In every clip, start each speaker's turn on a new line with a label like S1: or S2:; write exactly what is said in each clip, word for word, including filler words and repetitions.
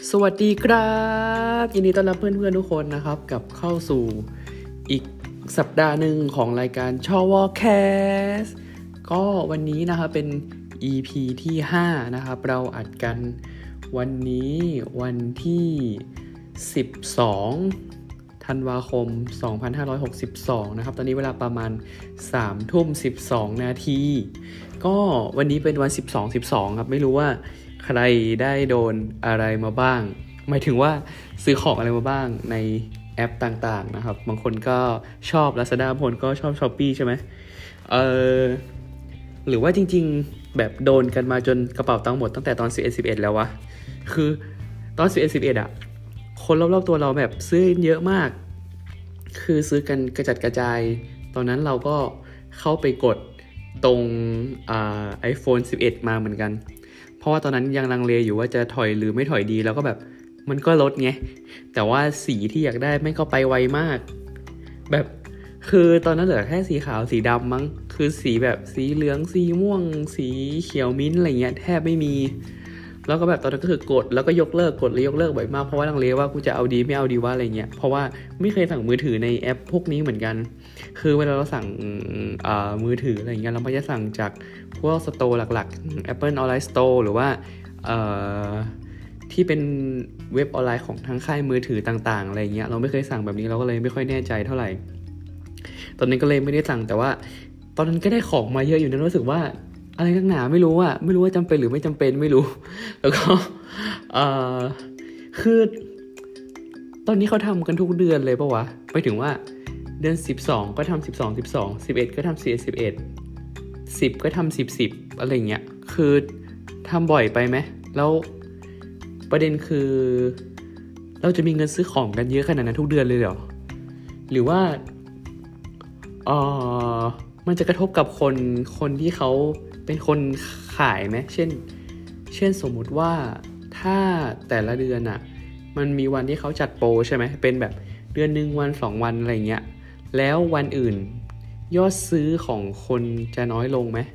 S1: สวัสดีครับยินดีต้อนรับเพื่อนๆทุกคนนะครับกลับเข้าสู่อีกสัปดาห์หนึ่งของรายการชวแคสก็วันนี้นะครับเป็น อี พี ที่ห้านะครับเราอัดกันวันนี้วันที่สิบสองธันวาคมสองพันห้าร้อยหกสิบสองนะครับตอนนี้เวลาประมาณ สามทุ่มสิบสองนาทีก็วันนี้เป็นวันสิบสอง สิบสองครับไม่รู้ว่าใครได้โดนอะไรมาบ้างหมายถึงว่าซื้อของอะไรมาบ้างในแอปต่างๆนะครับบางคนก็ชอบ Lazada บางคนก็ชอบ Shopee ใช่ไหมเออหรือว่าจริงๆแบบโดนกันมาจนกระเป๋าตังค์หมดตั้งแต่ตอนสิบเอ็ด สิบเอ็ดแล้ววะคือตอนสิบเอ็ด สิบเอ็ดอ่ะคนรอบๆตัวเราแบบซื้อเยอะมากคือซื้อกันกระจัดกระจายตอนนั้นเราก็เข้าไปกดตรงอ่า iPhone สิบเอ็ดมาเหมือนกันเพราะว่าตอนนั้นยังลังเลอยู่ว่าจะถอยหรือไม่ถอยดีแล้วก็แบบมันก็ลดไงแต่ว่าสีที่อยากได้ไม่ก็ไปไวมากแบบคือตอนนั้นเหลือแค่สีขาวสีดำมั้งคือสีแบบสีเหลืองสีม่วงสีเขียวมิ้นท์อะไรเงี้ยแทบไม่มีแล้วก็แบบตอนนั้นก็คือกดแล้วก็ยกเลิกกดแล้วยกเลิกบ่อยมากเพราะว่าลังเลว่ากูจะเอาดีไม่เอาดีว่าอะไรเงี้ยเพราะว่าไม่เคยสั่งมือถือในแอปพวกนี้เหมือนกันคือเวลาเราสั่งอ่ามือถืออะไรเงี้ยเราไม่จะสั่งจากพวกสโตร์หลักๆ Apple Online Store หรือว่าเอ่อที่เป็นเว็บออนไลน์ของทั้งค่ายมือถือต่างๆอะไรเงี้ยเราไม่เคยสั่งแบบนี้เราก็เลยไม่ค่อยแน่ใจเท่าไหร่ตอนนี้ก็เลยไม่ได้สั่งแต่ว่าตอนนั้นก็ได้ของมาเยอะอยู่นะรู้สึกว่าอะไรนักหนาไม่รู้อะไม่รู้ว่าจำเป็นหรือไม่จำเป็นไม่รู้แล้วก็เอ่อคือตอนนี้เขาทำกันทุกเดือนเลยปะวะไปถึงว่าเดือนสิบสองก็ทำสิบสอง สิบสอง สิบเอ็ดก็ทำสิบเอ็ด สิบเอ็ด สิบก็ทำสิบ สิบอะไรเงี้ยคือทำบ่อยไปไหมแล้วประเด็นคือเราจะมีเงินซื้อของกันเยอะขนาดนั้นทุกเดือนเลยเหรอหรือว่าเออมันจะกระทบกับคนคนที่เขาเป็นคนขายไหมเช่นเช่นสมมุติว่าถ้าแต่ละเดือนอ่ะมันมีวันที่เขาจัดโปรใช่ไหมเป็นแบบเดือนหนึ่งวันสองวันอะไรเงี้ยแล้ววันอื่นยอดซื้อของคนจะน้อยลงไหม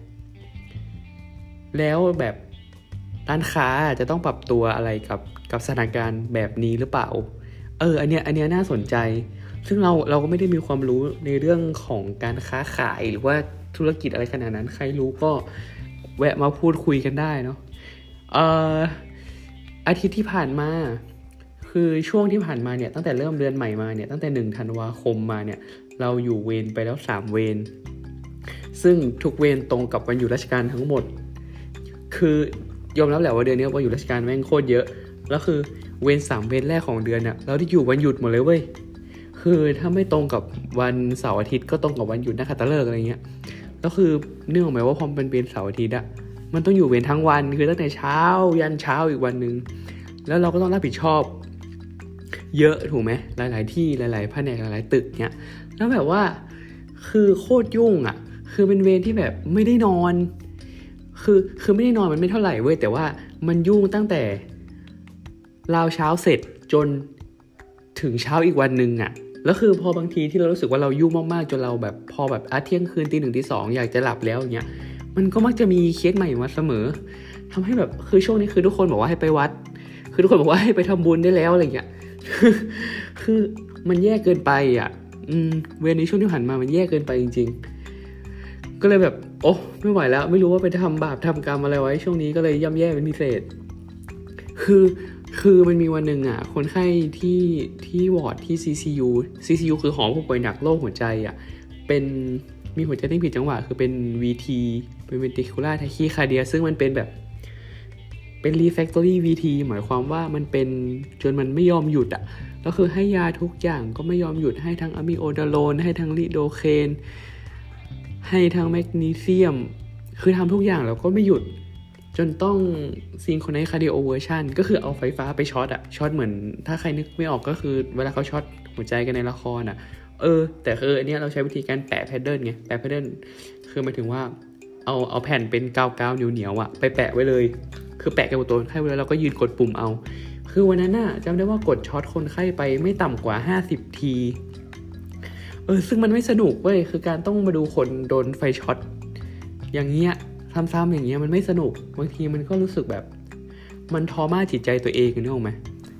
S1: แล้วแบบร้านค้าจะต้องปรับตัวอะไรกับกับสถานการณ์แบบนี้หรือเปล่าเอออันเนี้ยอันเนี้ยน่าสนใจซึ่งเราเราก็ไม่ได้มีความรู้ในเรื่องของการค้าขายหรือว่าธุรกิจอะไรขนาดนั้นใครรู้ก็แวะมาพูดคุยกันได้เนาะเอ่ออาทิตย์ที่ผ่านมาคือช่วงที่ผ่านมาเนี่ยตั้งแต่เริ่มเดือนใหม่มาเนี่ยตั้งแต่หนึ่งธันวาคมมาเนี่ยเราอยู่เวรไปแล้วสามเวรซึ่งทุกเวรตรงกับวันหยุดราชการทั้งหมดคือยอมรับแหละว่าเดือนนี้วันหยุดราชการแม่งโคตรเยอะแล้วคือเวรสามเวรแรกของเดือนน่ะเราได้อยู่วันหยุดหมดเลยเว้ยคือถ้าไม่ตรงกับวันเสาร์อาทิตย์ก็ตรงกับวันหยุดนักขัตฤกษ์อะไรเงี้ยแล้วคือเนื่องออกมาว่าพอเป็นเวรเสาร์อาทิตย์อะมันต้องอยู่เวรทั้งวันคือตั้งแต่เช้ายันเช้าอีกวันนึงแล้วเราก็ต้องรับผิดชอบเยอะถูกไหมหลายๆที่หลายๆแผนกหลายๆตึกเนี้ยแล้วแบบว่าคือโคตรยุ่งอ่ะคือเป็นเวรที่แบบไม่ได้นอนคือคือไม่ได้นอนมันไม่เท่าไหร่เว้ยแต่ว่ามันยุ่งตั้งแต่ราวเช้าเสร็จจนถึงเช้าอีกวันนึงอ่ะแล้วคือพอบางทีที่เรารู้สึกว่าเรายุ่งมากๆจนเราแบบพอแบบอาเที่ยงคืนตีหนึ่งตีสองอยากจะหลับแล้วอย่างเงี้ยมันก็มักจะมีเคสใหม่มาเสมอทำให้แบบคือช่วงนี้คือทุกคนบอกว่าให้ไปวัดคือทุกคนบอกว่าให้ไปทำบุญได้แล้วอะไรเงี้ยคือมันแย่เกินไปอ่ะอืมเวรในช่วงที่ผ่านมามันแย่เกินไปจริงๆก็เลยแบบโอ้ไม่ไหวแล้วไม่รู้ว่าไปทำบาปทำกรรมอะไรไว้ช่วงนี้ก็เลยย่ำแย่เป็นพิเศษคือคือมันมีวันหนึ่งอ่ะคนไข้ที่ที่วอร์ดที่ ซี ซี ยู ซี ซี ยู คือหอผู้ป่วยหนักโรคหัวใจอ่ะเป็นมีหัวใจเต้นผิดจังหวะคือเป็น วี ที เป็น ventricular tachycardia ซึ่งมันเป็นแบบเป็น refractory วี ที หมายความว่ามันเป็นจนมันไม่ยอมหยุดอ่ะก็คือให้ยาทุกอย่างก็ไม่ยอมหยุดให้ทั้งอะมิโอดาโลนให้ทั้งลิโดเคนให้ทั้งแมกนีเซียมคือทำทุกอย่างแล้วก็ไม่หยุดจนต้องซิงโครไนซ์คาร์ดิโอเวอร์ชันก็คือเอาไฟฟ้าไปช็อตอ่ะช็อตเหมือนถ้าใครนึกไม่ออกก็คือเวลาเขาช็อตหัวใจกันในละครอ่ะเออแต่คืออันเนี้ยเราใช้วิธีการแปะแพดเดิลไงแปะแพดเดิลคือหมายถึงว่าเอาเอาแผ่นเป็นกาวๆเหนียวๆอ่ะไปแปะไว้เลยคือแปะกับตัวคนไข้ไว้แล้วเราก็ยืนกดปุ่มเอาคือวันนั้นน่ะจำได้ว่ากดช็อตคนไข้ไปไม่ต่ำกว่าห้าสิบทีเออซึ่งมันไม่สนุกเว้ยคือการต้องมาดูคนโดนไฟช็อตอย่างเงี้ยซ้ำๆอย่างเงี้ยมันไม่สนุกบางทีมันก็รู้สึกแบบมันทอม่าจิตใจตัวเองนึกออกไหม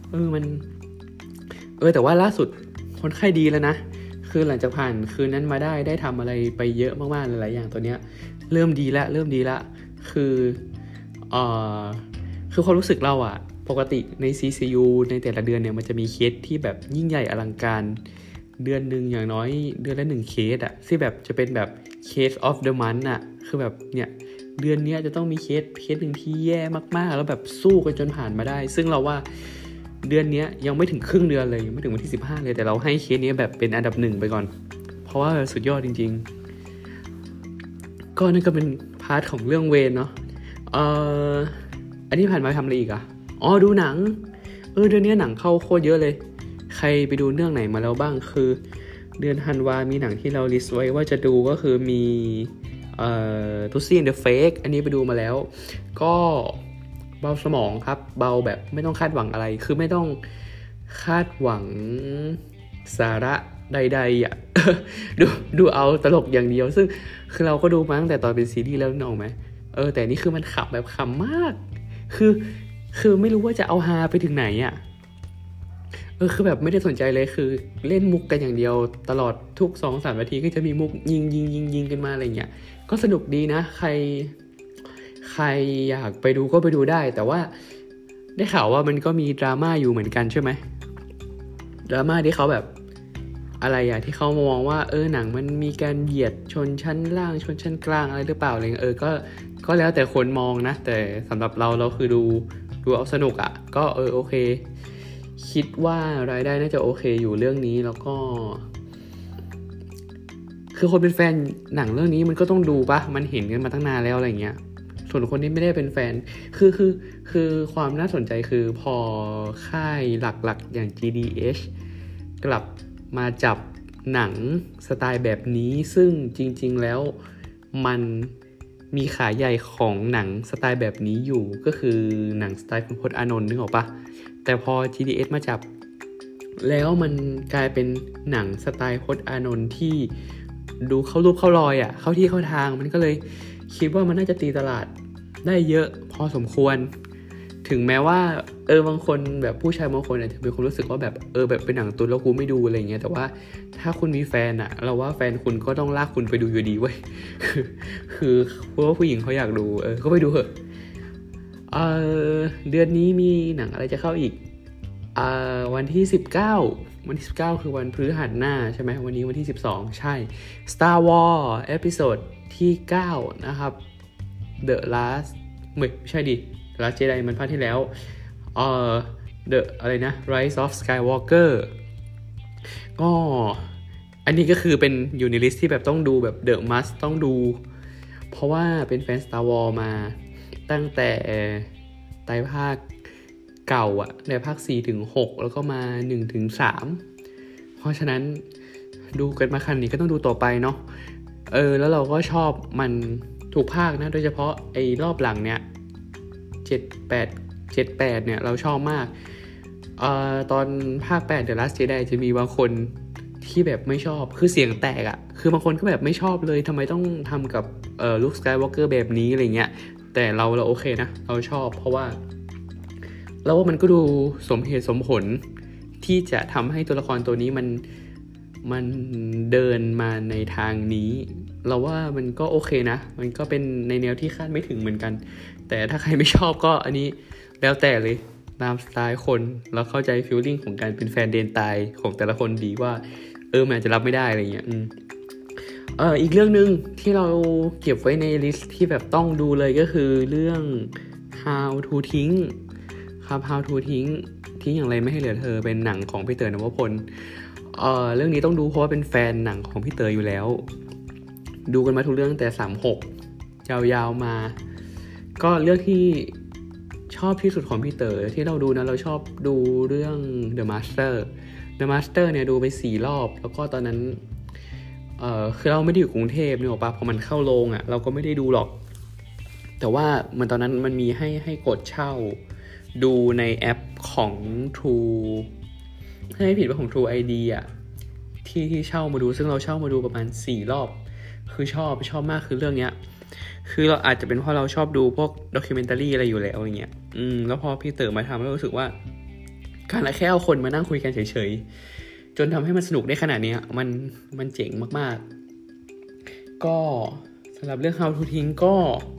S1: เออมันเออแต่ว่าล่าสุดคนไข้ดีแล้วนะคือหลังจากผ่านคืนนั้นมาได้ได้ทำอะไรไปเยอะมากๆหลายๆอย่างตัวเนี้ยเริ่มดีละเริ่มดีละคือเอ่อคือความรู้สึกเราอะปกติใน ซี ซี ยู ในแต่ละเดือนเนี่ยมันจะมีเคสที่แบบยิ่งใหญ่อลังการเดือนนึงอย่างน้อยเดือนละหนึ่งเคสอะที่แบบจะเป็นแบบ case of the month อะคือแบบเนี่ยเดือนนี้จะต้องมีเคสเคสหนึ่งที่แย่มากๆแล้วแบบสู้กันจนผ่านมาได้ซึ่งเราว่าเดือนนี้ยังไม่ถึงครึ่งเดือนเลยยังไม่ถึงวันที่สิบห้าเลยแต่เราให้เคสนี้แบบเป็นอันดับหนึ่งไปก่อนเพราะว่าสุดยอดจริงๆก็นั่นก็เป็นพาร์ทของเรื่องเวรเนาะเอ่ออันนี้ผ่านมาทำอะไรอีกอ่ะอ๋อดูหนังเออเดือนนี้หนังเข้าโคตรเยอะเลยใครไปดูเรื่องไหนมาแล้วบ้างคือเดือนธันวามีหนังที่เราลิสต์ไว้ว่าจะดูก็คือมีเอ่อ Lucy and the Fake อันนี้ไปดูมาแล้วก็เบาสมองครับเบาแบบไม่ต้องคาดหวังอะไรคือไม่ต้องคาดหวังสาระใดๆอ่ะ ดูดูเอาตลกอย่างเดียวซึ่งคือเราก็ดูมาตั้งแต่ตอนเป็นซีรีส์แล้วนึกออกไหมเออแต่นี่คือมันขำแบบขำมากคือคือไม่รู้ว่าจะเอาฮาไปถึงไหนอ่ะเออคือแบบไม่ได้สนใจเลยคือเล่นมุกกันอย่างเดียวตลอดทุก สองถึงสาม นาทีก็จะมีมุกยิงยิงยิงยิงกันมาอะไรเงี้ยก็สนุกดีนะใครใครอยากไปดูก็ไปดูได้แต่ว่าได้ข่าวว่ามันก็มีดราม่าอยู่เหมือนกันใช่ไหมดราม่าที่เขาแบบอะไรอะที่เขามองว่าเออหนังมันมีการเหยียดชนชั้นล่างชนชั้นกลางอะไรหรือเปล่าอะไรเออก็ก็แล้วแต่คนมองนะแต่สำหรับเราเราคือดูดูเอาสนุกอะก็เออโอเคคิดว่ารายได้น่าจะโอเคอยู่เรื่องนี้แล้วก็คือคนเป็นแฟนหนังเรื่องนี้มันก็ต้องดูปะมันเห็นกันมาตั้งนานแล้วอะไรเงี้ยส่วนคนที่ไม่ได้เป็นแฟนคือคือคือความน่าสนใจคือพอค่ายหลักๆอย่าง จี ดี เอช กลับมาจับหนังสไตล์แบบนี้ซึ่งจริงๆแล้วมันมีขาใหญ่ของหนังสไตล์แบบนี้อยู่ก็คือหนังสไตล์คุณพจน์อานนท์นึกออกปะแต่พอ จี ดี เอส มาจับแล้วมันกลายเป็นหนังสไตล์พจน์อานนท์ที่ดูเข้ารูปเข้ารอยอ่ะเข้าที่เข้าทางมันก็เลยคิดว่ามันน่าจะตีตลาดได้เยอะพอสมควรถึงแม้ว่าเออบางคนแบบผู้ชายบางคนอาจจะมีความรู้สึกว่าแบบเออแบบเป็นหนังตุนแล้วกูไม่ดูอะไรเงี้ยแต่ว่าถ้าคุณมีแฟนอะเราว่าแฟนคุณก็ต้องลากคุณไปดูอยู่ดีเว้ย คือคือเพราะว่าผู้หญิงเขาอยากดูเออก็ไปดูเถอะเออเดือนนี้มีหนังอะไรจะเข้าอีกอ่าวันที่สิบเก้าวันที่สิบเก้าคือวันพฤหัสหน้าใช่ไหมวันนี้วันที่สิบสองใช่ Star Wars เอพิโซดที่เก้านะครับ The Last ไม่ใช่ดิ The Last Jedi มันภาคที่แล้วเอ่อ The อะไรนะ Rise of Skywalker ก็อันนี้ก็คือเป็นอยู่ในลิสต์ที่แบบต้องดูแบบ The Must ต้องดูเพราะว่าเป็นแฟน Star Wars มาตั้งแต่ไตรภาคเก่าอะในภาคสี่ถึงหกแล้วก็มาหนึ่งถึงสามเพราะฉะนั้นดูกันมาขนาดนี้ก็ต้องดูต่อไปเนาะเออแล้วเราก็ชอบมันทุกภาคนะโดยเฉพาะไอ้รอบหลังเนี่ยเจ็ด แปด เจ็ด แปดเนี่ยเราชอบมากเอ่อตอนภาคแปด The Last Jedi จะมีบางคนที่แบบไม่ชอบคือเสียงแตกอะคือบางคนก็แบบไม่ชอบเลยทำไมต้องทำกับเอ่อลูค Skywalker แบบนี้อะไรเงี้ยแต่เราเราโอเคนะเราชอบเพราะว่าแล้วว่ามันก็ดูสมเหตุสมผลที่จะทำให้ตัวละครตัวนี้มันมันเดินมาในทางนี้เราว่ามันก็โอเคนะมันก็เป็นในแนวที่คาดไม่ถึงเหมือนกันแต่ถ้าใครไม่ชอบก็อันนี้แล้วแต่เลยตามสไตล์คนแล้วเข้าใจฟีลลิ่งของการเป็นแฟนเดนตายของแต่ละคนดีว่าเออมันอาจจะรับไม่ได้อะไรเงี้ยอืมเอออีกเรื่องนึงที่เราเก็บไว้ในลิสต์ที่แบบต้องดูเลยก็คือเรื่อง How to ทิ้งครับ How to ทิ้งทิ้งอย่างไรไม่ให้เหลือเธอเป็นหนังของพี่เต๋อนวพลเอ่อเรื่องนี้ต้องดูเพราะว่าเป็นแฟนหนังของพี่เต๋ออยู่แล้วดูกันมาทุกเรื่องแต่สามสิบหกยาวๆมาก็เรื่องที่ชอบที่สุดของพี่เต๋อที่เราดูนะเราชอบดูเรื่อง The Master The Master เนี่ยดูไปสี่รอบแล้วก็ตอนนั้นเอ่อคือเราไม่ได้อยู่กรุงเทพเนี่ยหรอกปะพอมันเข้าโรงอ่ะเราก็ไม่ได้ดูหรอกแต่ว่าเหมือนตอนนั้นมันมีให้ให้กดเช่าดูในแอปของ True ถ้าไม่ผิดว่าของ True ไอ ดี อ่ะที่ที่เช่ามาดูซึ่งเราเช่ามาดูประมาณสี่รอบคือชอบชอบมากคือเรื่องเนี้ยคือเราอาจจะเป็นเพราะเราชอบดูพวกด็อกิวเมนตารี่อะไรอยู่แล้วอย่างเงี้ยอืมแล้วพอพี่เต๋อมาทำแล้วรู้สึกว่าการแค่เอาคนมานั่งคุยกันเฉยๆจนทำให้มันสนุกได้ขนาดนี้มันมันเจ๋งมากๆก็สำหรับเรื่อง How to ทิ้งก็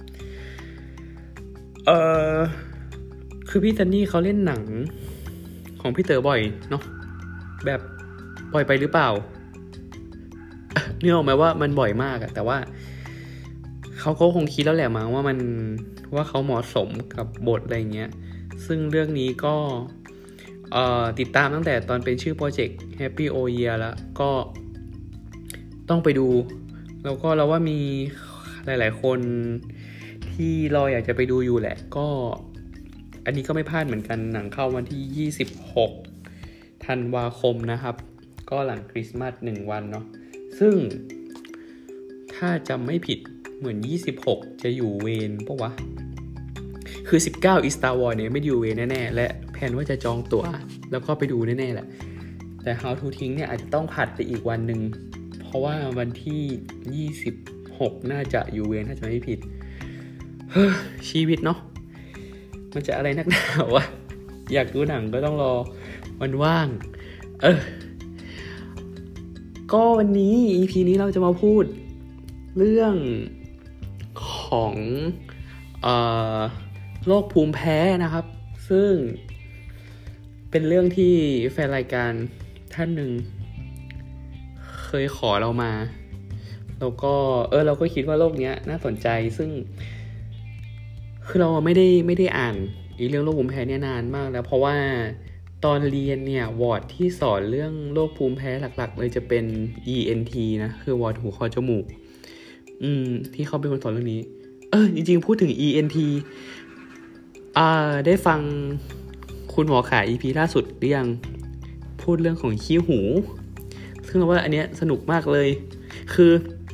S1: เออคือพี่ซันนี่เขาเล่นหนังของพี่เต๋อบ่อยเนาะแบบบ่อยไปหรือเปล่าเนี่ยออกไหมว่ามันบ่อยมากอะแต่ว่าเขาก็คงคิดแล้วแหละมั้งว่ามันว่าเขาเหมาะสมกับบทอะไรเงี้ยซึ่งเรื่องนี้ก็เอ่อติดตามตั้งแต่ตอนเป็นชื่อโปรเจกต์ Happy O Year แล้วก็ต้องไปดูแล้วก็เราว่ามีหลายๆคนที่รออยากจะไปดูอยู่แหละก็อันนี้ก็ไม่พลาดเหมือนกันหนังเข้าวันที่ยี่สิบหกธันวาคมนะครับก็หลังคริสต์มาสหนึ่งวันเนาะซึ่งถ้าจำไม่ผิดเหมือนยี่สิบหกจะอยู่เวรปะวะคือสิบเก้า อี Star Wars เนี่ยไม่อยู่เวรแน่ๆและแผนว่าจะจองตั๋วแล้วก็ไปดูแน่ๆแหละแต่ How to ทิ้งเนี่ยอาจจะต้องผัดไปอีกวันนึงเพราะว่าวันที่ยี่สิบหกน่าจะอยู่เวรถ้าจะไม่ผิดเฮ้อชีวิตเนาะมันจะอะไรนักหนาวะอยากดูหนังก็ต้องรอวันว่างเออก็วันนี้ อี พี นี้เราจะมาพูดเรื่องของเอ่อโรคภูมิแพ้นะครับซึ่งเป็นเรื่องที่แฟนรายการท่านหนึ่งเคยขอเรามาแล้วก็เออเราก็คิดว่าโรคเนี้ยน่าสนใจซึ่งคือเราไม่ได้ไม่ได้อ่านอีเรื่องโรคภูมิแพ้เนี่ยนานมากแล้วเพราะว่าตอนเรียนเนี่ยวอร์ดที่สอนเรื่องโรคภูมิแพ้หลักๆเลยจะเป็น อี เอ็น ที นะคือวอร์ดหูคอจมูกอืมที่เขาเป็นคนสอนเรื่องนี้เออจริงๆพูดถึง อี เอ็น ที อ่าได้ฟังคุณหมอขา อี พี ล่าสุดหรือยังพูดเรื่องของขี้หูซึ่งเราว่าอันเนี้ยสนุกมากเลยคือ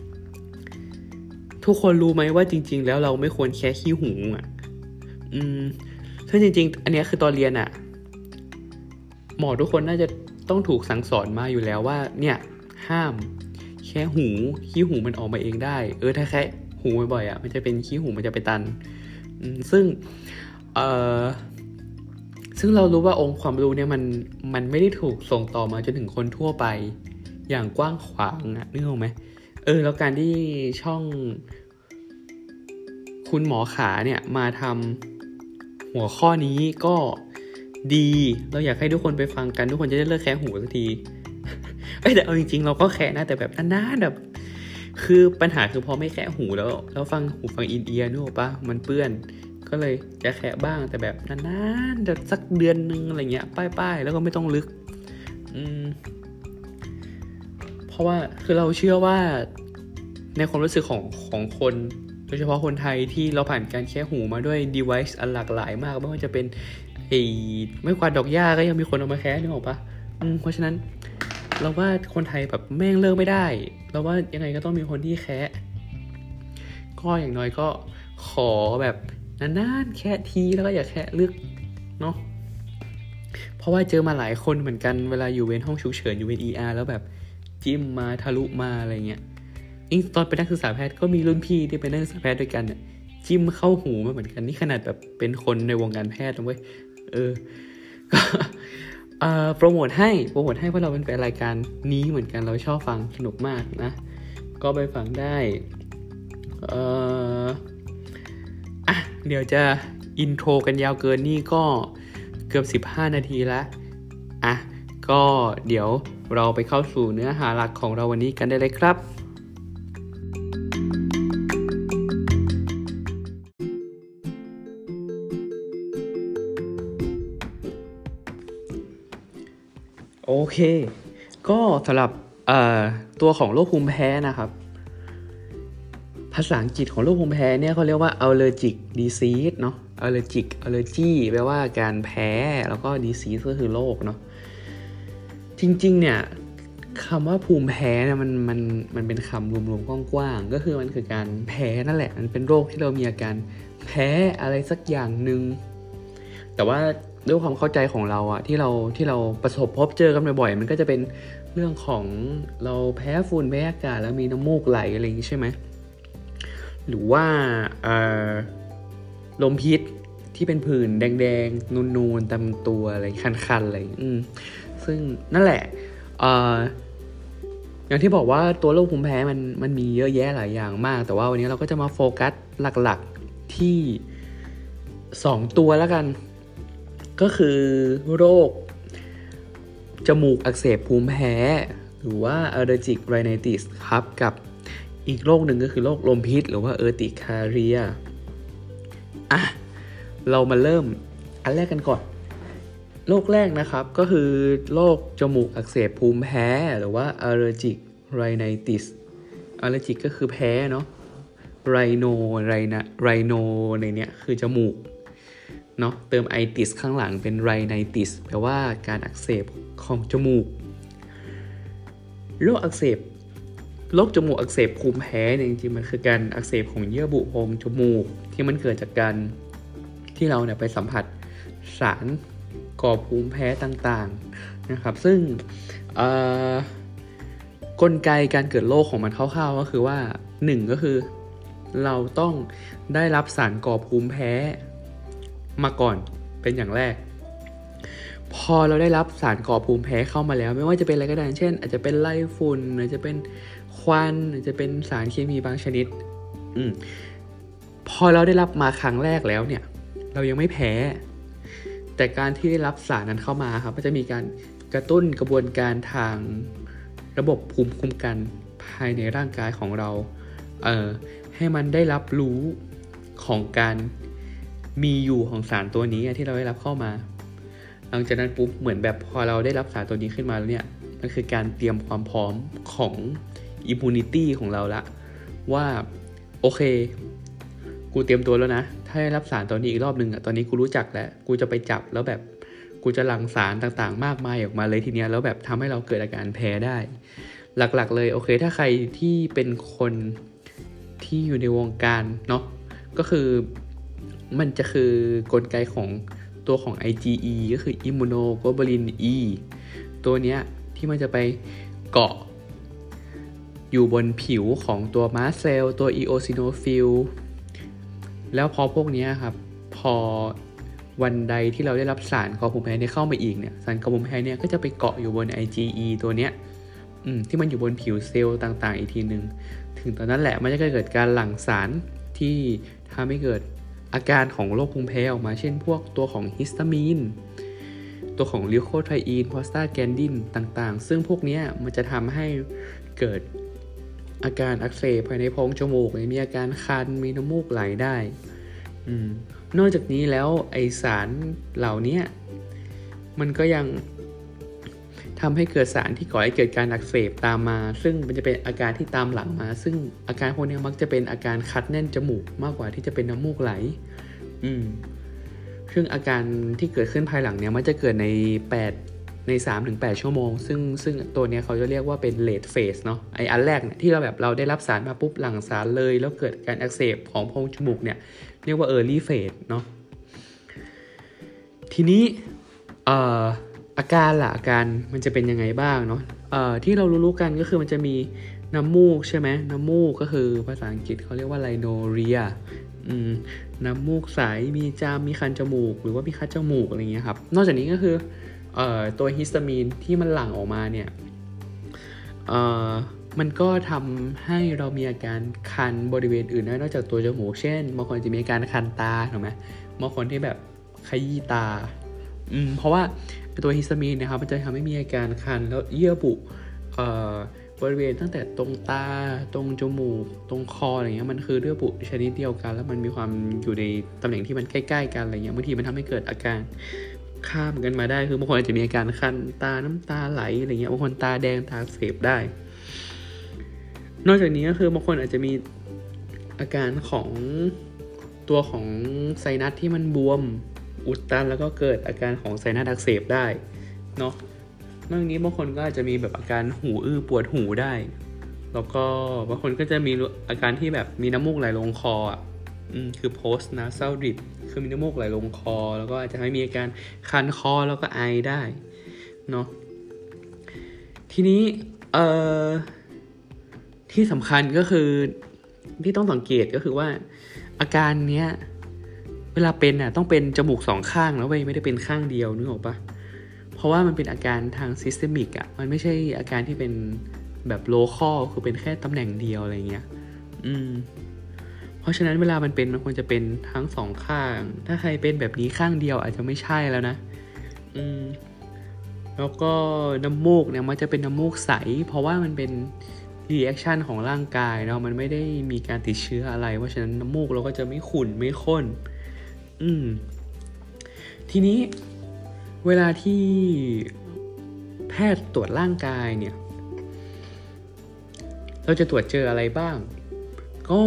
S1: ทุกคนรู้ไหมว่าจริงๆแล้วเราไม่ควรแค่ขี้หูอ่ะอืมซึ่งจริงๆอันเนี้ยคือตอนเรียนอ่ะหมอทุกคนน่าจะต้องถูกสั่งสอนมาอยู่แล้วว่าเนี่ยห้ามแค่หูขี้หูมันออกมาเองได้เออถ้าแค่หูบ่อยๆอ่ะมันจะเป็นขี้หูมันจะไปตันอืมซึ่งเอ่อซึ่งเรารู้ว่าองค์ความรู้เนี่ยมันมันไม่ได้ถูกส่งต่อมาจนถึงคนทั่วไปอย่างกว้างขวางอ่ะนึกออกไหมเออแล้วการที่ช่องคุณหมอขาเนี่ยมาทำหัวข้อนี้ก็ดีเราอยากให้ทุกคนไปฟังกันทุกคนจะได้เลิกแคะหูสักทีเอ้ยแต่เอาจริงๆเราก็แคะนะแต่แบบนานๆแบบคือปัญหาคือพอไม่แคะหูแล้วแล้วฟังหูฟังอินเอียร์นึกออกปะมันเปื้อนก็เลยจะแคะบ้างแต่แบบนานๆแบบสักเดือนนึงอะไรเงี้ยป้ายๆแล้วก็ไม่ต้องลึกอืมเพราะว่าคือเราเชื่อว่าในความรู้สึกของของคนโดยเฉพาะคนไทยที่เราผ่านการแคะหูมาด้วย device อันหลากหลายมากไม่ว่าจะเป็นไอ้ไม่กวาดดอกหญ้าก็ยังมีคนเอามาแคะนึกออกปะอืมเพราะฉะนั้นเราว่าคนไทยแบบแม่งเลิกไม่ได้เราว่ายังไงก็ต้องมีคนที่แคะก็อย่างน้อยก็ขอแบบนานๆแคะทีแล้วก็อย่าแคะลึกเนาะเพราะว่าเจอมาหลายคนเหมือนกันเวลาอยู่เวรห้องฉุกเฉินอยู่เวร อี อาร์ แล้วแบบจิ้มมาทะลุมาอะไรเงี้ยอีกตอนเป็นนักศึกษาแพทย์ก็มีรุ่นพี่ที่เป็นนักศึกษาแพทย์ด้วยกันเนี่ยจิ้มเข้าหูมาเหมือนกันนี่ขนาดแบบเป็นคนในวงการแพทย์นะเว้ยเออก็เอ่อโปรโมทให้โปรโมทให้เพราะเราเป็นแฟนรายการนี้เหมือนกันเราชอบฟังสนุกมากนะก็ไปฟังได้เอ่ออ่ะเดี๋ยวจะอินโทรกันยาวเกินนี่ก็เกือบสิบห้านาทีแล้วอ่ะก็เดี๋ยวเราไปเข้าสู่เนื้อหาหลักของเราวันนี้กันได้เลยครับโอเคก็สำหรับตัวของโรคภูมิแพ้นะครับภาษาอังกฤษของโรคภูมิแพ้เนี่ยเขาเรียกว่า allergic disease เนาะ allergic allergy แปลว่าการแพ้แล้วก็ disease ก็คือโรคเนาะจริงๆเนี่ยคำว่าภูมิแพ้เนี่ยมันมันมันเป็นคำรวมๆกว้างๆก็คือมันคือการแพ้นั่นแหละมันเป็นโรคที่เรามีอาการแพ้อะไรสักอย่างนึงแต่ว่าด้วยความเข้าใจของเราอะที่เราที่เราประสบพบเจอกันบ่อยๆมันก็จะเป็นเรื่องของเราแพ้ฝุ่นแพ้อากาศแล้วมีน้ำมูกไหลอะไรอย่างนี้ใช่ไหมหรือว่าเอ่อลมพิษที่เป็นผื่นแดงๆนูนๆตามตัวอะไรคันๆอะไรอืมซึ่งนั่นแหละเอ่ออย่างที่บอกว่าตัวโรคภูมิแพ้มันมันมีเยอะแยะหลายอย่างมากแต่ว่าวันนี้เราก็จะมาโฟกัสหลักๆที่สองตัวแล้วกันก็คือโรคจมูกอักเสบภูมิแพ้หรือว่า allergic rhinitis ครับกับอีกโรคหนึ่งก็คือโรคลมพิษหรือว่า urticaria อ่ะเรามาเริ่มอันแรกกันก่อนโรคแรกนะครับก็คือโรคจมูกอักเสบภูมิแพ้หรือว่า allergic rhinitis allergic ก็คือแพ้เนาะ rhino rhino rhino ในเนี้ยคือจมูกเนาะเติม itis ข้างหลังเป็น rhinitis แปลว่าการอักเสบของจมูกโรคอักเสบโรคจมูกอักเสบภูมิแพ้เนี่ยจริงๆมันคือการอักเสบของเยื่อบุโพรงจมูกที่มันเกิดจากการที่เราเนี่ยไปสัมผัสสารก่อภูมิแพ้ต่างๆนะครับซึ่งกลไกการเกิดโรคของมันคร่าวๆก็คือว่าหนึ่งก็คือเราต้องได้รับสารก่อภูมิแพ้มาก่อนเป็นอย่างแรกพอเราได้รับสารก่อภูมิแพ้เข้ามาแล้วไม่ว่าจะเป็นอะไรก็ได้เช่นอาจจะเป็นไล่ฝุ่นอาจจะเป็นควันอาจจะเป็นสารเคมีบางชนิดอืมพอเราได้รับมาครั้งแรกแล้วเนี่ยเรายังไม่แพ้แต่การที่ได้รับสารนั้นเข้ามาครับมันจะมีการกระตุ้นกระบวนการทางระบบภูมิคุ้มกันภายในร่างกายของเราเอ่อให้มันได้รับรู้ของการมีอยู่ของสารตัวนี้ที่เราได้รับเข้ามาหลังจากนั้นปุ๊บเหมือนแบบพอเราได้รับสารตัวนี้ขึ้นมาแล้วเนี่ยมันคือการเตรียมความพร้อมของอิมมูนิตี้ของเราละว่าโอเคกูเตรียมตัวแล้วนะถ้าได้รับสารตัวนี้อีกรอบนึงอ่ะตอนนี้กูรู้จักแล้วกูจะไปจับแล้วแบบกูจะหลั่งสารต่างๆมากมายออกมาเลยทีเนี้ยแล้วแบบทำให้เราเกิดอาการแพ้ได้หลักๆเลยโอเคถ้าใครที่เป็นคนที่อยู่ในวงการเนาะก็คือมันจะคือกลไกของตัวของ ไอ จี อี ก็คือ Immunoglobulin E ตัวเนี้ยที่มันจะไปเกาะอยู่บนผิวของตัวมาสเซลตัว eosinophil แล้วพอพวกนี้ครับพอวันใดที่เราได้รับสารก่อภูมิแพ้เนี่ยเข้ามาอีกเนี่ยสารก่อภูมิแพ้เนี่ยก็จะไปเกาะอยู่บน ไอ จี อี ตัวเนี้ยอืมที่มันอยู่บนผิวเซลล์ต่างๆอีกทีนึงถึงตอนนั้นแหละมันจะเกิดการหลั่งสารที่ทำให้เกิดอาการของโรคภูมิแพ้ออกมาเช่นพวกตัวของฮิสตามีนตัวของลิวโคไทรีนโพสตาแกนดินต่างๆซึ่งพวกนี้มันจะทำให้เกิดอาการอักเสบภายในโพรงจมูกมีอาการคันมีน้ำมูกไหลได้อืมนอกจากนี้แล้วไอสารเหล่านี้มันก็ยังทำให้เกิดสารที่ก่อให้เกิดการอักเสบตามมาซึ่งมันจะเป็นอาการที่ตามหลังมาซึ่งอาการพวกนี้มักจะเป็นอาการคัดแน่นจมูกมากกว่าที่จะเป็นน้ำมูกไหลอืมซึ่งอาการที่เกิดขึ้นภายหลังเนี้ยมันจะเกิดในแปดใน สามถึงแปด ชั่วโมงซึ่งซึ่งตัวเนี้ยเขาจะเรียกว่าเป็น late phase เนาะไออันแรกเนี่ยที่เราแบบเราได้รับสารมาปุ๊บหลั่งสารเลยแล้วเกิดการอักเสบของโพรงจมูกเนี่ยเรียกว่า early phase เนาะทีนี้เอ่ออาการล่ะอาการมันจะเป็นยังไงบ้างเนาะเอ่อที่เรารู้ๆกันก็คือมันจะมีน้ำมูกใช่ไหมน้ำมูกก็คือภาษาอังกฤษเขาเรียกว่า rhinorrhea อืมน้ำมูกใสมีจามมีคันจมูกหรือว่ามีคัดจมูกอะไรเงี้ยครับนอกจากนี้ก็คือเอ่อตัวฮิสตามีนที่มันหลั่งออกมาเนี่ยเอ่อมันก็ทำให้เรามีอาการคันบริเวณอื่นได้นอกจากตัวจมูกเช่นบางคนจะมีอาการคันตาถูกไหมบางคนที่แบบขยี้ตาอืมเพราะว่าตัวฮิสตามีนนะครับมันจะทำให้มีอาการคันแล้วเยื่อบุเอ่อบริเวณตั้งแต่ตรงตาตรงจมูกตรงคออะไรเงี้ยมันคือเยื่อบุชนิดเดียวกันแล้วมันมีความอยู่ในตำแหน่งที่มันใกล้ๆกันอะไรเงี้ยบางทีมันทำให้เกิดอาการข้ามกันมาได้คือบางคนอาจจะมีอาการคันตาน้ำตาไหลอะไรเงี้ยบางคนตาแดงตาเสพได้นอกจากนี้ก็คือบางคนอาจจะมีอาการของตัวของไซนัสที่มันบวมอุดตันแล้วก็เกิดอาการของไซนัสอักเสบได้เนาะนอกจากนี้บางคนก็อาจจะมีแบบอาการหูอื้อปวดหูได้แล้วก็บางคนก็จะมีอาการที่แบบมีน้ำมูกไหลลงคออ่ะอืมคือ post nasal drip คือมีน้ำมูกไหลลงคอแล้วก็อาจจะให้มีอาการคันคอแล้วก็ไอได้เนาะทีนี้เอ่อที่สำคัญก็คือที่ต้องสังเกตก็คือว่าอาการเนี้ยเวลาเป็นน่ะต้องเป็นจมูกสองข้างแล้วเว้ยไม่ได้เป็นข้างเดียวนึกออกปะเพราะว่ามันเป็นอาการทางซิสเตมิกอ่ะมันไม่ใช่อาการที่เป็นแบบโลคอลคือเป็นแค่ตำแหน่งเดียวอะไรเงี้ยอืมเพราะฉะนั้นเวลามันเป็นมันควรจะเป็นทั้งสองข้างถ้าใครเป็นแบบนี้ข้างเดียวอาจจะไม่ใช่แล้วนะอืมแล้วก็น้ำมูกเนี่ยมันจะเป็นน้ำมูกใสเพราะว่ามันเป็นรีแอคชั่นของร่างกายเนาะมันไม่ได้มีการติดเชื้ออะไรเพราะฉะนั้นน้ำมูกเราก็จะไม่ขุ่นไม่ข้นอืมทีนี้เวลาที่แพทย์ตรวจร่างกายเนี่ยเราจะตรวจเจออะไรบ้างก็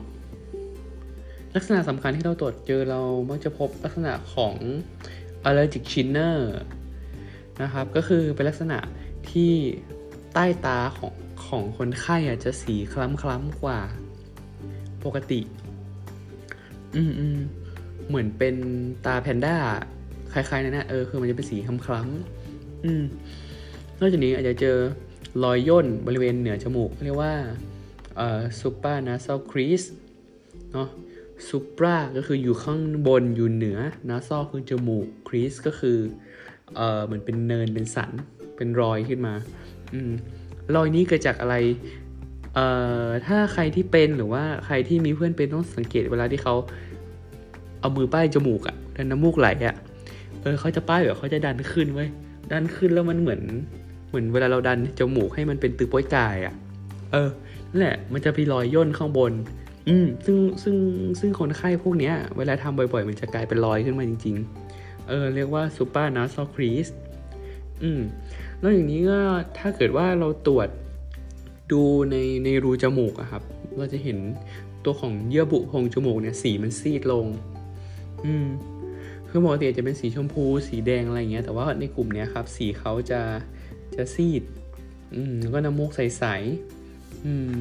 S1: ลักษณะสำคัญที่เราตรวจเจอเรามักจะพบลักษณะของ allergic shiner นะครับก็คือเป็นลักษณะที่ใต้ตาของของคนไข้อาจจะสีคล้ำๆกว่าปกติอืมอืมเหมือนเป็นตาแพนด้าคล้ายๆนั่นนะเออคือมันจะเป็นสีคล้ำๆอืมนอกจากนี้อาจจะเจอรอยย่นบริเวณเหนือจมูกเรียกว่าเอ่อ supranasal crease เนาะ supra ก็คืออยู่ข้างบนอยู่เหนือ nasal คือจมูก crease ก็คือเอ่อเหมือนเป็นเนินเป็นสันเป็นรอยขึ้นมาอืมรอยนี้เกิดจากอะไรเอ่อถ้าใครที่เป็นหรือว่าใครที่มีเพื่อนเป็นต้องสังเกตเวลาที่เขาเอามือป้ายจมูกอะดันน้ำมูกไหลอะเออเขาจะป้ายแบบเขาจะดันขึ้นเว้ยดันขึ้นแล้วมันเหมือนเหมือนเวลาเราดันจมูกให้มันเป็นตือโป้ยกายอะเออนั่นแหละมันจะมีรอยย่นข้างบนอืมซึ่งซึ่งซึ่งคนไข้พวกเนี้ยเวลาทำบ่อยๆมันจะกลายเป็นรอยขึ้นมาจริงๆเออเรียกว่า supranasal crease อืมแล้วอย่างนี้ก็ถ้าเกิดว่าเราตรวจดูในในรูจมูกอะครับเราจะเห็นตัวของเยื่อบุโพรงจมูกเนี่ยสีมันซีดลงอืมคือปกติจะเป็นสีชมพูสีแดงอะไรอย่างเงี้ยแต่ว่าในกลุ่มเนี้ยครับสีเขาจะจะซีดอืมแล้วก็น้ำมูกใสๆอืม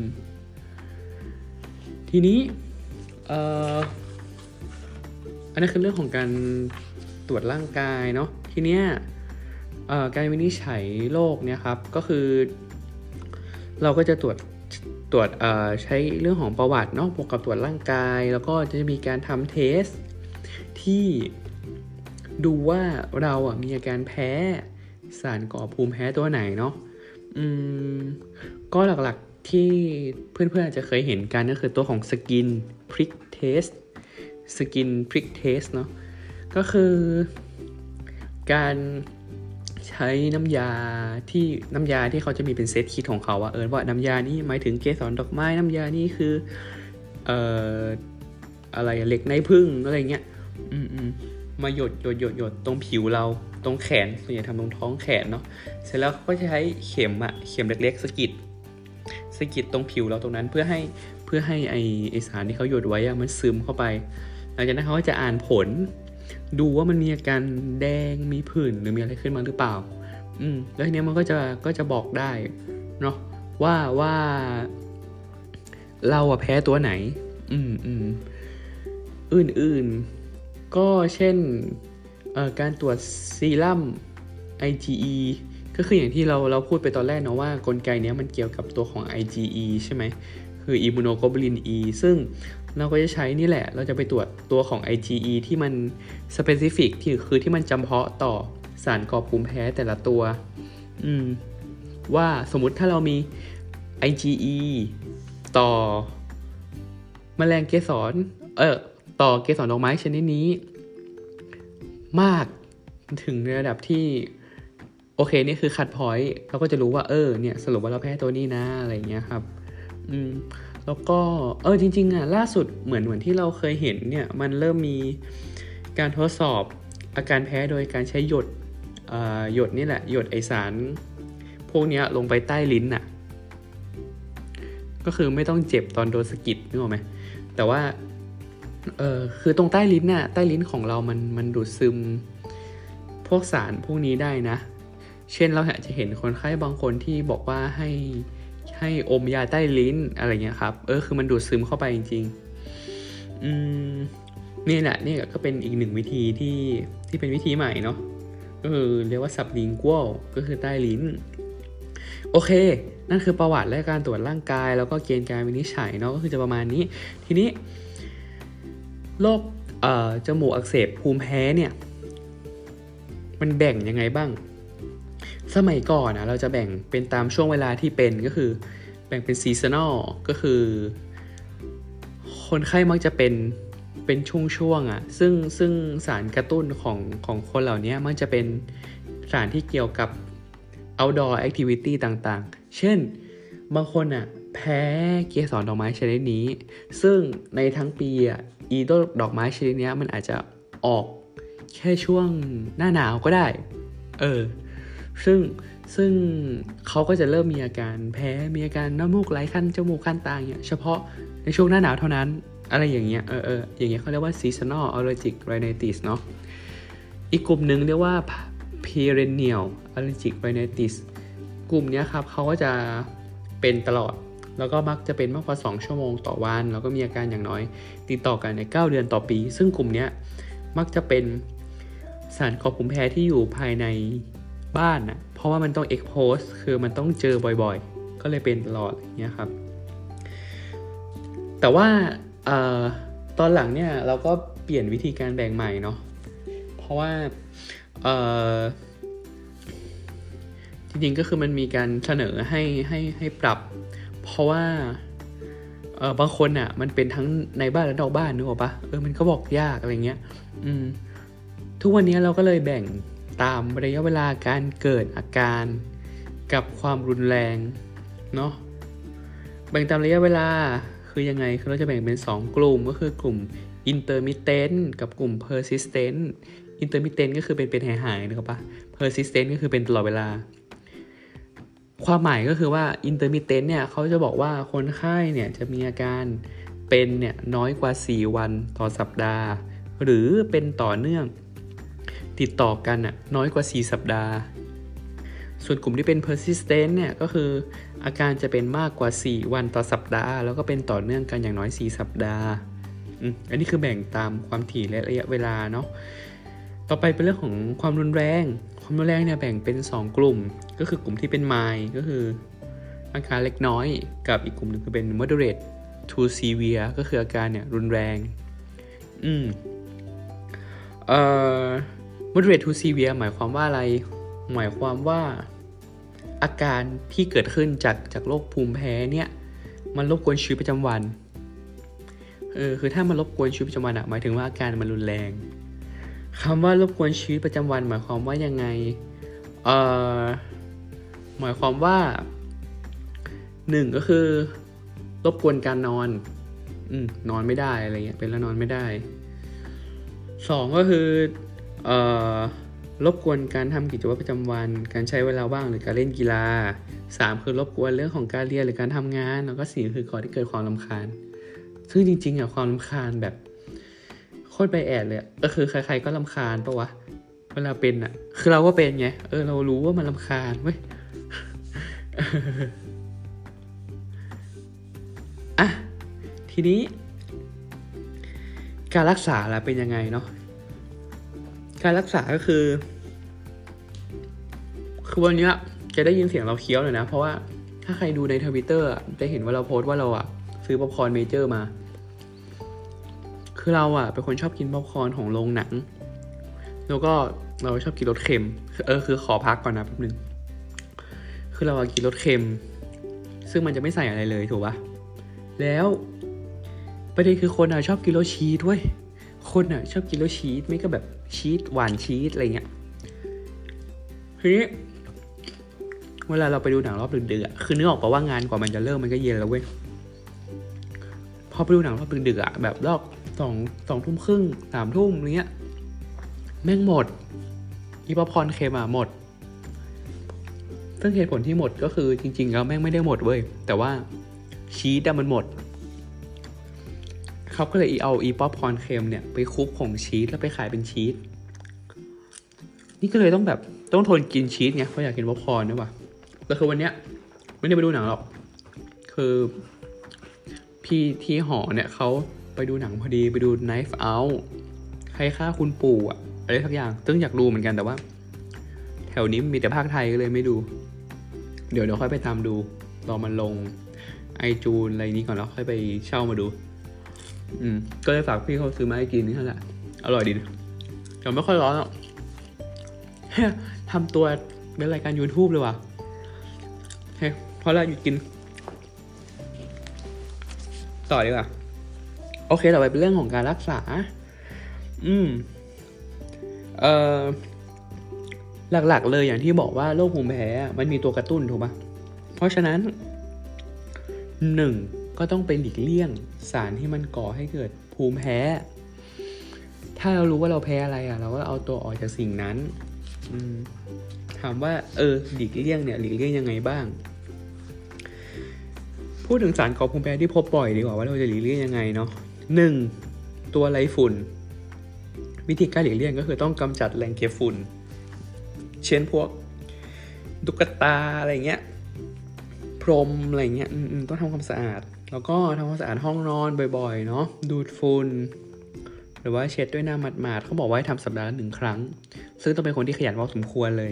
S1: ทีนี้เอ่ออันนั้นคือเรื่องของการตรวจร่างกายเนาะทีเนี้ยเอ่อการวินิจฉัยโรคเนี่ยครับก็คือเราก็จะตรวจตรวจเอ่อใช้เรื่องของประวัติเนาะบวกกับตรวจร่างกายแล้วก็จะมีการทำเทสที่ดูว่าเราอ่ะมีอาการแพ้สารก่อภูมิแพ้ตัวไหนเนาะอืมก็หลักๆที่เพื่อนๆอาจจะเคยเห็นกันก็คือตัวของ Skin Prick Test Skin Prick Test เนาะก็คือการใช้น้ำยาที่น้ำยาที่เขาจะมีเป็นเซตคิดของเขาว่าเออว่าน้ำยานี้หมายถึงเกสรดอกไม้น้ำยานี้คือเอ่ออะไรเหล็กในพึ่งอะไรเงี้ยอืมๆมาหยดหยดหยดหยดตรงผิวเราตรงแขนส่วนใหญ่ทำตรงท้องแขนเนาะเสร็จแล้วเขาก็จะใช้เข็มอะเข็มเล็กๆสะกิดสะกิดตรงผิวเราตรงนั้นเพื่อให้เพื่อให้ไอไอสารที่เขาหยดไว้อะมันซึมเข้าไปหลังจากนั้นเขาก็จะอ่านผลดูว่ามันมีอาการแดงมีผื่นหรือมีอะไรขึ้นมาหรือเปล่าอืมแล้วทีนี้มันก็จะก็จะบอกได้เนาะว่าว่าเราอะแพ้ตัวไหนอืมอืมอื่นๆก็เช่นเอ่อการตรวจซีรัม ไอ จี อี ก็คืออย่างที่เราเราพูดไปตอนแรกเนาะว่ากลไกนี้มันเกี่ยวกับตัวของ ไอ จี อี ใช่ไหมคือ immunoglobulin E ซึ่งเราก็จะใช้นี่แหละเราจะไปตรวจตัวของ ไอ จี อี ที่มัน specific ที่คือที่มันจำเพาะต่อสารก่อภูมิแพ้แต่ละตัวอืมว่าสมมุติถ้าเรามี ไอ จี อี ต่อแมลงเกสรเออต่อเกสรดอกไม้ชนิดนี้มากถึงในระดับที่โอเคนี่คือคัดพอยต์เราก็จะรู้ว่าเออเนี่ยสรุปว่าเราแพ้ตัวนี้นะอะไรเงี้ยครับอืมแล้วก็เออจริงๆอ่ะล่าสุดเหมือนเหมือนที่เราเคยเห็นเนี่ยมันเริ่มมีการทดสอบอาการแพ้โดยการใช้หยดอ่าหยดนี่แหละหยดไอสารพวกเนี้ยลงไปใต้ลิ้นอ่ะก็คือไม่ต้องเจ็บตอนโดนสะกิดนึกออกไหมแต่ว่าเออคือตรงใต้ลิ้นน่ะใต้ลิ้นของเรามันมันดูดซึมพวกสารพวกนี้ได้นะเช่นเราอาจจะเห็นคนไข้บางคนที่บอกว่าให้ให้อมยาใต้ลิ้นอะไรเงี้ยครับเออคือมันดูดซึมเข้าไปจริงๆอืมนี่แหละนี่ก็เป็นอีกหนึ่งวิธีที่ที่เป็นวิธีใหม่เนาะก็คือเรียกว่า sublingual ก็คือใต้ลิ้นโอเคนั่นคือประวัติและการตรวจร่างกายแล้วก็เกณฑ์การวินิจฉัยเนาะก็คือจะประมาณนี้ทีนี้โรคเอ่อจมูกอักเสบภูมิแพ้เนี่ยมันแบ่งยังไงบ้างสมัยก่อนนะเราจะแบ่งเป็นตามช่วงเวลาที่เป็นก็คือแบ่งเป็นซีซันอลก็คือคนไข้มักจะเป็นเป็นช่วงๆอ่ะซึ่งซึ่งสารกระตุ้นของของคนเหล่านี้มักจะเป็นสารที่เกี่ยวกับ outdoor activity ต่างๆเช่นบางคนอ่ะแพ้เกสรดอกไม้ชนิดนี้ซึ่งในทั้งปีอ่ะอีต้นดอกไม้ชนิดนี้มันอาจจะออกแค่ช่วงหน้าหนาวก็ได้เออซึ่งซึ่งเขาก็จะเริ่มมีอาการแพ้มีอาการน้ำมูกไหลคันจมูกคันตาอย่างเงี้ยเฉพาะในช่วงหน้าหนาวเท่านั้นอะไรอย่างเงี้ยเออเอออย่างเงี้ยเขาเรียกว่า seasonal allergic rhinitis เนาะอีกกลุ่มหนึ่งเรียกว่า perennial allergic rhinitis กลุ่มเนี้ยครับเขาก็จะเป็นตลอดแล้วก็มักจะเป็นมากกว่าสองชั่วโมงต่อวันแล้วก็มีอาการอย่างน้อยติดต่อกันในเก้าเดือนต่อปีซึ่งกลุ่มเนี้ยมักจะเป็นสารก่อภูมิแพ้ที่อยู่ภายในบ้านนะเพราะว่ามันต้อง expose คือมันต้องเจอบ่อยๆก็เลยเป็นตลอดอย่างเงี้ยครับแต่ว่าเอ่อตอนหลังเนี่ยเราก็เปลี่ยนวิธีการแบ่งใหม่เนาะเพราะว่าเอ่อจริงๆก็คือมันมีการเสนอให้ให้ให้ปรับเพราะว่าเออบางคนอ่ะมันเป็นทั้งในบ้านและนอกบ้านนึกออกปะเออมันก็บอกยากอะไรเงี้ยอืมทุกวันนี้เราก็เลยแบ่งตามระยะเวลาการเกิดอาการกับความรุนแรงเนาะแบ่งตามระยะเวลาคือยังไงคือเราจะแบ่งเป็นสองกลุ่มก็คือกลุ่ม intermittent กับกลุ่ม persistent intermittent ก็คือเป็นเป็นหายๆนึกออกปะ persistent ก็คือเป็นตลอดเวลาความหมายก็คือว่า intermittent เนี่ยเขาจะบอกว่าคนไข้เนี่ยจะมีอาการเป็นเนี่ยน้อยกว่าสี่วันต่อสัปดาห์หรือเป็นต่อเนื่องติดต่อกันน่ะน้อยกว่าสี่สัปดาห์ส่วนกลุ่มที่เป็น persistent เนี่ยก็คืออาการจะเป็นมากกว่าสี่วันต่อสัปดาห์แล้วก็เป็นต่อเนื่องกันอย่างน้อยสี่สัปดาห์อืมอันนี้คือแบ่งตามความถี่และระยะเวลาเนาะต่อไปเป็นเรื่องของความรุนแรงความรุนแรงเนี่ยแบ่งเป็นสองกลุ่มก็คือกลุ่มที่เป็น mild ก็คืออาการเล็กน้อยกับอีกกลุ่มนึงคือเป็น moderate to severe ก็คืออาการเนี่ยรุนแรงอืมเอ่อ moderate to severe หมายความว่าอะไรหมายความว่าอาการที่เกิดขึ้นจากจากโรคภูมิแพ้เนี่ยมันรบกวนชีวิตประจำวันเออคือถ้ามันรบกวนชีวิตประจำวันอะหมายถึงว่าอาการมันรุนแรงคำว่ารบกวนชีวิตประจำวันหมายความว่ายังไงเอ่อหมายความว่าหนึ่งก็คือรบกวนการนอนอืมนอนไม่ได้อะไรเงี้ยเป็นแล้วนอนไม่ได้สองก็คือเอ่อรบกวนการทำกิจวัตรประจำวันการใช้เวลาว่างหรือการเล่นกีฬาสามคือรบกวนเรื่องของการเรียนหรือการทำงานแล้วก็สี่คือก่อที่เกิดความรำคาญซึ่งจริงๆอะความรำคาญแบบโคตรไปแอดเลยก็คือใครๆก็รำคาญปะวะเวลาเป็นอะคือเราก็เป็นไงเออเรารู้ว่ามันรำคาญเว้ย อ่ะทีนี้การรักษาล่ะเป็นยังไงเนาะการรักษาก็คือคือวันนี้จะได้ยินเสียงเราเคี้ยวหน่อยนะเพราะว่าถ้าใครดูใน Twitter อ่ะจะเห็นว่าเราโพสต์ว่าเราอ่ะซื้อป๊อปคอร์นเมเจอร์มาคือเราอ่ะเป็นคนชอบกินป๊อปคอร์นของโรงหนังแล้วก็เราชอบกินรสเค็มเออคือขอพักก่อนนะแป๊บนึงคือเรากินรสเค็มซึ่งมันจะไม่ใส่อะไรเลยถูกปะแล้วประเด็นคือคนอ่ะชอบกินรสชีสด้วยคนอ่ะชอบกินรสชีสไม่ก็แบบชีสหวานชีสอะไรเงี้ยทีนี้เวลาเราไปดูหนังรอบดึกๆอ่ะคือนึกออกป่ะว่างานกว่ามันจะเริ่มมันก็เย็นแล้วเว้ยพอไปดูหนังรอบดึกๆอ่ะแบบรอบสองสองทุ่มครึ่งสามทุ่มอะไรเงี้ยแม่งหมดอีป๊อปคอร์นเค็มอ่ะหมดซึ่งเหตุผลที่หมดก็คือจริงๆแล้วแม่งไม่ได้หมดเว้ยแต่ว่าชีสอะมันหมดเขาก็เลยเอาอีป๊อปคอร์นเค็มเนี่ยไปคลุกผงชีสแล้วไปขายเป็นชีสนี่ก็เลยต้องแบบต้องทนกินชีสไงเพราะอยากกินป๊อปคอร์นด้วยว่ะแต่คือวันเนี้ยไม่ได้ไปดูหนังหรอกคือพี่ที่หอเนี่ยเขาไปดูหนังพอดีไปดู Knife Out ใครฆ่าคุณปู่อะอะไรสักอย่างซึ่งอยากดูเหมือนกันแต่ว่าแถวนี้มีแต่ภาคไทยก็เลยไม่ดูเดี๋ยวเดี๋ยวค่อยไปตามดูรอมันลงไอจูนอะไรนี้ก่อนแล้วค่อยไปเช่ามาดูอืมก็เลยฝากพี่เขาซื้อมาให้กินนี่แหละอร่อยดีแต่ไม่ค่อยร้อนหรอกทำตัวเป็นรายการ YouTube เลยว่ะเฮ้ยพอแล้วหยุดกินต่อดีกว่าโอเคต่อไปเป็นเรื่องของการรักษาอืมเอ่อหลักๆเลยอย่างที่บอกว่าโรคภูมิแพ้มันมีตัวกระตุ้นถูกปะเพราะฉะนั้นหนึ่งก็ต้องไปหลีกเลี่ยงสารที่มันก่อให้เกิดภูมิแพ้ถ้าเรารู้ว่าเราแพ้อะไรอ่ะเราก็เอาตัวออกจากสิ่งนั้นอืมถามว่าเออหลีกเลี่ยงเนี่ยหลีกเลี่ยงยังไงบ้างพูดถึงสารก่อภูมิแพ้ที่พบบ่อยดีกว่าว่าเราจะหลีกเลี่ยงยังไงเนาะหนึ่งตัวไรฝุ่นวิธีการหลีกเลี่ยงก็คือต้องกำจัดแหล่งเก็บฝุ่นเช่นพวกตุ๊กตาอะไรเงี้ยพรมอะไรเงี้ยต้องทำความสะอาดแล้วก็ทำความสะอาดห้องนอนบ่อยๆเนาะดูดฝุ่นหรือว่าเช็ดด้วยน้ำหมาดๆเขาบอกว่าให้ทำสัปดาห์ละหนึ่งครั้งซึ่งต้องเป็นคนที่ขยันพอสมควรเลย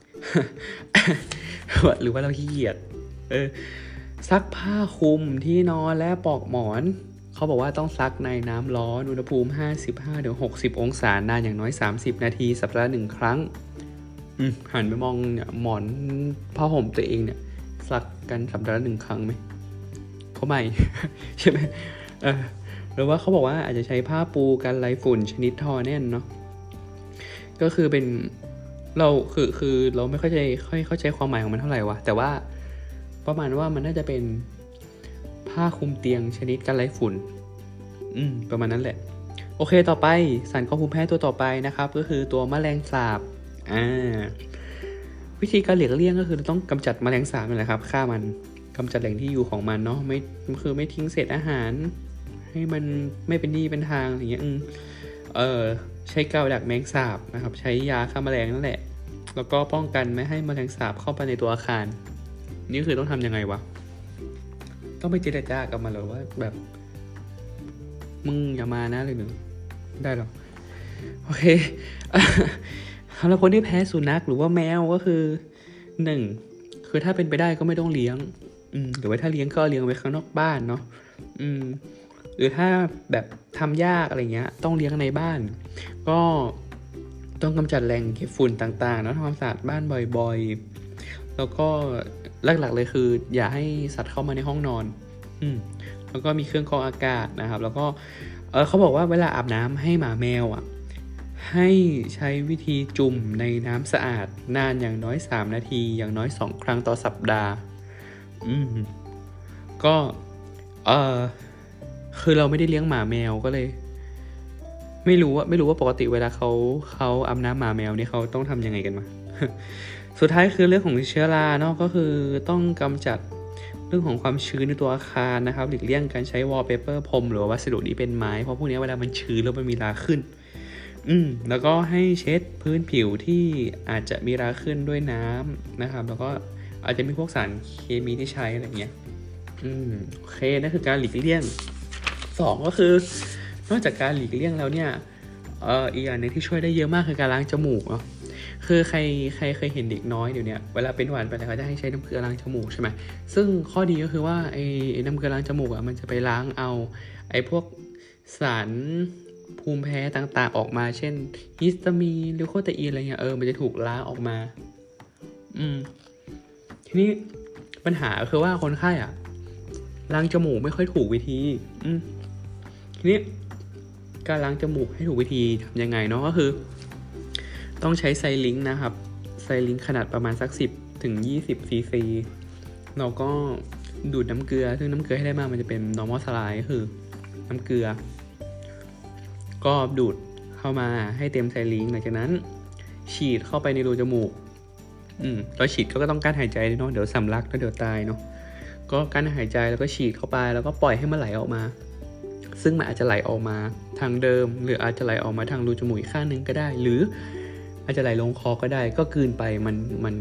S1: หรือว่าเราขี้เกียจเออซักผ้าคลุมที่นอนและปลอกหมอนเขาบอกว่าต้องซักในน้ำร้อนอุณหภูมิ ห้าสิบห้าถึงหกสิบ องศานานอย่างน้อยสามสิบนาทีสัปดาห์ละหนึ่งครั้งอืมหันไปมองเนี่ยหมอนผ้าห่มตัวเองเนี่ยซักกันสัปดาห์ละหนึ่งครั้งไหมเขาไม่ ใช่ไหมเออหรือว่าเขาบอกว่าอาจจะใช้ผ้าปูกันไรฝุ่นชนิดทอแน่นเนาะก็คือเป็นเราคือคือเราไม่ค่อยใจค่อยเข้าใจความหมายของมันเท่าไหร่วะแต่ว่าประมาณว่ามันน่าจะเป็นผ้าคลุมเตียงชนิดกันไรฝุ่นอืมประมาณนั้นแหละโอเคต่อไปสารก่อภูมิแพ้ตัวต่อไปนะครับก็คือตัวแมลงสาบอ่าวิธีการหลีกเลี่ยงก็คือต้องกำจัดแมลงสาบนั่นแหละครับฆ่ามันกำจัดแหล่งที่อยู่ของมันเนาะไม่คือไม่ทิ้งเศษอาหารให้มันไม่เป็นที่เป็นทางอย่างเงี้ยอืมเออใช้กาวดักแมลงสาบนะครับใช้ยาฆ่าแมลงนั่นแหละแล้วก็ป้องกันไม่ให้แมลงสาบเข้าไปในตัวอาคารนี่คือต้องทำยังไงวะต้องไปเจรจากับมันหรือว่าแบบมึงอย่ามานะเลยหนึ่งได้หรอโอเคสำหรับคนที่แพ้สุนัขหรือว่าแมวก็คือหนึ่งคือถ้าเป็นไปได้ก็ไม่ต้องเลี้ยงอืมหรือว่าถ้าเลี้ยงก็เลี้ยงไว้ข้างนอกบ้านเนาะอืมหรือถ้าแบบทำยากอะไรเงี้ยต้องเลี้ยงในบ้านก็ต้องกำจัดแหล่งเก็บฝุ่นต่างๆเนาะทำความสะอาดบ้านบ่อยๆแล้วก็หลักๆเลยคืออย่าให้สัตว์เข้ามาในห้องนอนอืมแล้วก็มีเครื่องกรองอากาศนะครับแล้วก็เออเขาบอกว่าเวลาอาบน้ำให้หมาแมวอ่ะให้ใช้วิธีจุ่มในน้ำสะอาดนานอย่างน้อยสามนาทีอย่างน้อยสองครั้งต่อสัปดาห์อืมก็เออคือเราไม่ได้เลี้ยงหมาแมวก็เลยไม่รู้ว่าไม่รู้ว่าปกติเวลาเขาเขาอาบน้ำหมาแมวนี่เขาต้องทำยังไงกันมา สุดท้ายคือเรื่องของเชื้อราเนาะก็คือต้องกำจัดเรื่องของความชื้นในตัวอาคารนะครับหลีกเลี่ยงการใช้วอลเปเปอร์พรมหรือวัสดุที่เป็นไม้เพราะพวกนี้เวลามันชื้นแล้วมันมีราขึ้นอืมแล้วก็ให้เช็ดพื้นผิวที่อาจจะมีราขึ้นด้วยน้ำนะครับแล้วก็อาจจะมีพวกสารเคมีที่ใช้อะไรเงี้ยอืมโอเคนั่นคือการหลีกเลี่ยงสองก็คือนอกจากการหลีกเลี่ยงแล้วเนี่ยเอ่ออีกอย่างนึงที่ช่วยได้เยอะมากคือการล้างจมูกเนาะคือใครใครเคยเห็นเด็กน้อยเดี๋ยวนี้เวลาเป็นหวัดไปแล้วเขาจะให้ใช้น้ำเกลือล้างจมูกใช่ไหมซึ่งข้อดีก็คือว่าไอ้น้ำเกลือล้างจมูกอ่ะมันจะไปล้างเอาไอ้พวกสารภูมิแพ้ต่างๆออกมาเช่นฮิสตามีนหรือโคเตอีนอะไรเงี้ยเออมันจะถูกล้างออกมาอืมทีนี้ปัญหาคือว่าคนไข้อ่ะล้างจมูกไม่ค่อยถูกวิธีอืมทีนี้การล้างจมูกให้ถูกวิธีทำยังไงเนาะก็คือต้องใช้ไซลิงค์นะครับไซลิงค์ขนาดประมาณสักสิบถึงยี่สิบซีซีแล้วก็ดูดน้ำเกลือซึ่งน้ำเกลือให้ได้มากมันจะเป็น normal saline ก็คือน้ำเกลือก็ดูดเข้ามาให้เต็มไซลิงค์หลังจากนั้นฉีดเข้าไปในรูจมูกอืมแล้วฉีดก็ต้องกั้นหายใจเนาะเดี๋ยวสำลักแล้วเดี๋ยวตายเนาะก็กั้นหายใจแล้วก็ฉีดเข้าไปแล้วก็ปล่อยให้มันไหลออกมาซึ่งมันอาจจะไหลออกมาทางเดิมหรืออาจจะไหลออกมาทางรูจมูกอีกข้างนึงก็ได้หรืออาจจะไหลลงคอก็ได้ก็กลืนไปมันมัน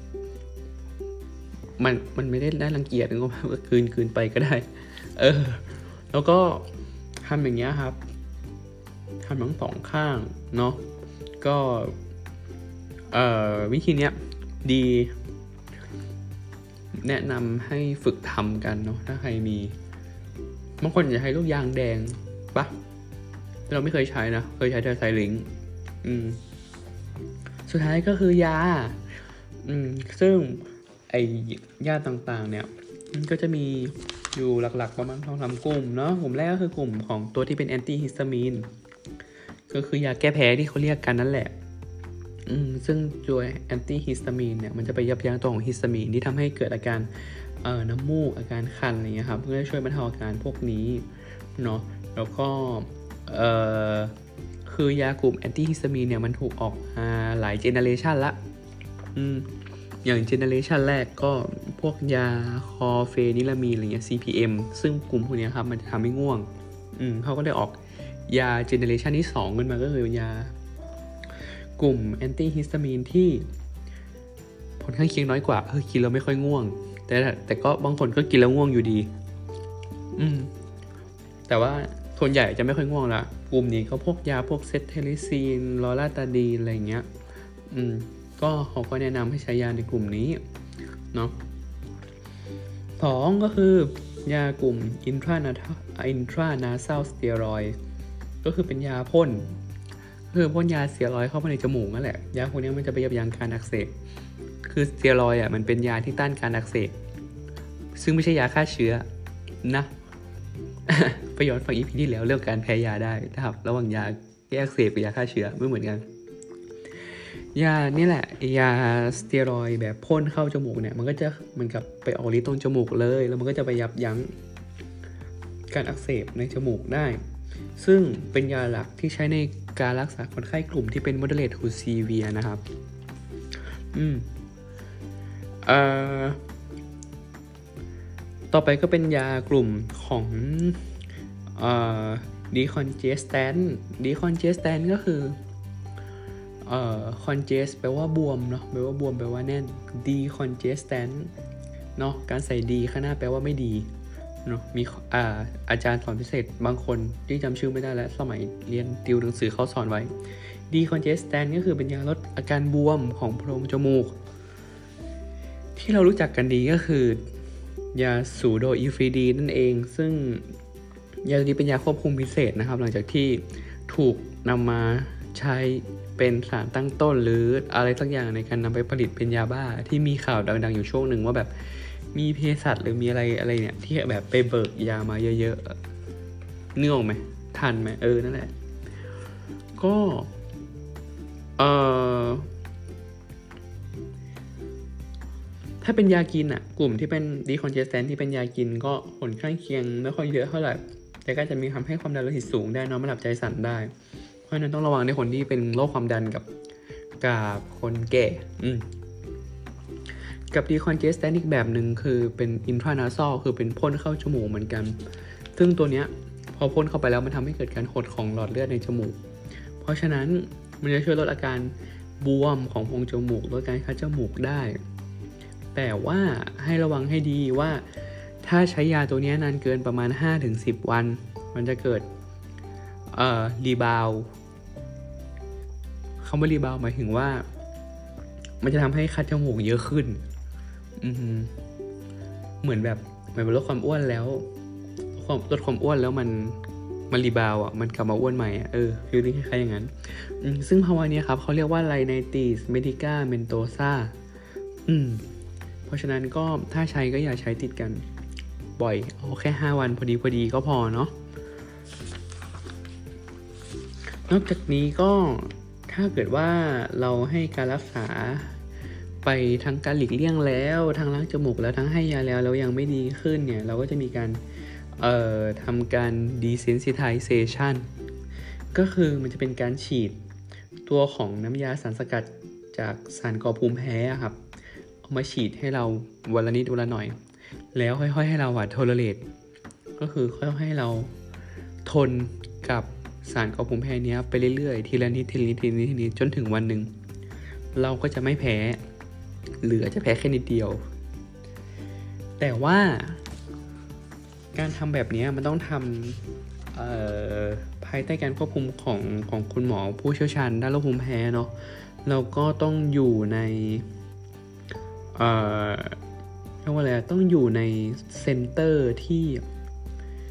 S1: มันมันไม่ได้น่ารังเกียจก็กลืนกลืนไปก็ได้เออแล้วก็ทำอย่างเงี้ยครับทำทั้งสองข้างเนาะก็เอ่อวิธีเนี้ยดีแนะนำให้ฝึกทำกันเนาะถ้าใครมีบางคนจะใช้ลูกยางแดงปะเราไม่เคยใช้นะเคยใช้แต่ไซลิงค์อืมสุดท้ายก็คือยาอืมซึ่งไอยาต่างๆเนี่ยมันก็จะมีอยู่หลักๆประมาณสองสามกลุ่มเนาะกลุ่มแรกก็คือกลุ่มของตัวที่เป็นแอนตี้ฮิสตามีนก็คือยาแก้แพ้ที่เขาเรียกกันนั่นแหละอืมซึ่งตัวแอนตี้ฮิสตามีนเนี่ยมันจะไปยับยั้งตัวของฮิสตามีนที่ทำให้เกิดอาการเอ่อน้ำมูกอาการคันอะไรเงี้ยครับเพื่อช่วยบรรเทาอาการพวกนี้เนาะแล้วก็เอ่อคือยากลุ่มแอนตี้ฮิสตามีนเนี่ยมันถูกออกมาหลายเจเนอเรชันละอืมอย่างเจเนอเรชันแรกก็พวกยาคอเฟนิลามีนอะไรเงี้ย ซี พี เอ็ม ซึ่งกลุ่มพวกนี้ครับมันจะทำให้ง่วงอืมเขาก็ได้ออกยาเจเนอเรชันที่สองขึ้นมาก็คือยากลุ่มแอนตี้ฮิสตามีนที่ผลข้างเคียงน้อยกว่าเออกินแล้วไม่ค่อยง่วงแต่แต่ก็บางคนก็กินแล้วง่วงอยู่ดีอืมแต่ว่าส่วนใหญ่จะไม่ค่อยง่วงละกลุ่มนี้ก็พวกยาพวกเซตเทลิซีนลอราตาดีนอะไรเงี้ยอืมก็เขาก็แนะนำให้ใช้ยาในกลุ่มนี้เนาะสองก็คือยากลุ่ม intranasal steroid ก็คือเป็นยาพ่นคือพ่นยาสเตียรอยด์เข้าไปในจมูกนั่นแหละยาพวกนี้มันจะไปยับยั้งการอักเสบคือสเตียรอยด์อ่ะมันเป็นยาที่ต้านการอักเสบซึ่งไม่ใช่ยาฆ่าเชื้อนะ ไปย้อนฟังอีพีที่แล้วเรื่องการแพ้ยาได้นะครับระหว่างยาแก้อักเสบกับยาฆ่าเชื้อไม่เหมือนกันยานี่แหละยาสเตียรอยด์แบบพ่นเข้าจมูกเนี่ยมันก็จะเหมือนกับไปออกฤทธิ์ตรงจมูกเลยแล้วมันก็จะไปยับยั้งการอักเสบในจมูกได้ซึ่งเป็นยาหลักที่ใช้ในการรักษาคนไข้กลุ่มที่เป็น moderate to severe นะครับอืมเอ่อต่อไปก็เป็นยากลุ่มของเอ่อ decongestant decongestant ก็คือเอ่อ congest แปลว่าบวมเนาะแปลว่าบวมแปลว่าแน่น decongestant เนาะการใส่ d ข้างหน้าแปลว่าไม่ดีเนาะมีอ่าอาจารย์สอนพิเศษบางคนที่จำชื่อไม่ได้แล้วสมัยเรียนติวหนังสือเขาสอนไว้ decongestant ก็คือเป็นยาลดอาการบวมของโพรงจมูกที่เรารู้จักกันดีก็คือยาซูโดอิฟรีดีนั่นเองซึ่งยาตัวนี้เป็นยาควบคุมพิเศษนะครับหลังจากที่ถูกนำมาใช้เป็นสารตั้งต้นหรืออะไรสักอย่างในการนำไปผลิตเป็นยาบ้าที่มีข่าวดังๆอยู่ช่วงหนึ่งว่าแบบมีเภสัชหรือมีอะไรอะไรเนี่ยที่แบบไปเบิกยามาเยอะๆนึกออกไหมทันไหมเออนั่นแหละก็เออถ้าเป็นยากินอ่ะกลุ่มที่เป็น decongestant ที่เป็นยากินก็ผลข้างเคียงไม่ค่อยเยอะเท่าไหร่แต่ก็จะมีทำให้ความดันโลหิตสูงได้นอนไม่หลับใจสั่นได้เพราะฉะนั้นต้องระวังในคนที่เป็นโรคความดันกับกับคนแก่อืมกับ decongestant อีกแบบหนึ่งคือเป็น intranasal คือเป็นพ่นเข้าจมูกเหมือนกันซึ่งตัวเนี้ยพอพ่นเข้าไปแล้วมันทำให้เกิดการหดของหลอดเลือดในจมูกเพราะฉะนั้นมันจะช่วยลดอาการบวมของโพรงจมูกลดการคัดจมูกได้แต่ว่าให้ระวังให้ดีว่าถ้าใช้ยาตัวนี้นานเกินประมาณ ห้าถึงสิบ วันมันจะเกิดเอ่อรีบาวคำว่ารีบาวหมายถึงว่ามันจะทำให้คัดจมูกเยอะขึ้นอืมเหมือนแบบเหมือนลดความอ้วนแล้วความลดความอ้วนแล้วมันมันรีบาวอ่ะมันกลับมาอ้วนใหม่อ่ะเออคือคล้ายๆอย่างนั้นซึ่งภาวะนี้ครับเขาเรียกว่าไลไนติสเมดิกาเมนโตซาอืมเพราะฉะนั้นก็ถ้าใช้ก็อย่าใช้ติดกันบ่อยเอาแค่ห้าวันพอดีพอดีก็พอเนาะนอกจากนี้ก็ถ้าเกิดว่าเราให้การรักษาไปทั้งการหลีกเลี่ยงแล้วทั้งล้างจมูกแล้วทั้งให้ยาแล้วแล้วยังไม่ดีขึ้นเนี่ยเราก็จะมีการเอ่อทำการ desensitization ก็คือมันจะเป็นการฉีดตัวของน้ำยาสารสกัดจากสารก่อภูมิแพ้ครับเอามาฉีดให้เราวันละนิดวันละหน่อยแล้วค่อยๆให้เราอะ tolerate ก็คือค่อยๆให้เราทนกับสารก่อภูมิแพ้นี้ไปเรื่อยๆทีละนิดทีละนิดทีละนิดทีละนิดจนถึงวันหนึ่งเราก็จะไม่แพ้หรืออาจจะแพ้แค่นิดเดียวแต่ว่าการทำแบบนี้มันต้องทำภายใต้การควบคุมของของคุณหมอผู้เชี่ยวชาญด้านโรคภูมิแพ้เนาะเราก็ต้องอยู่ในเอ่อเรียกว่าอะไรต้องอยู่ในเซ็นเตอร์ที่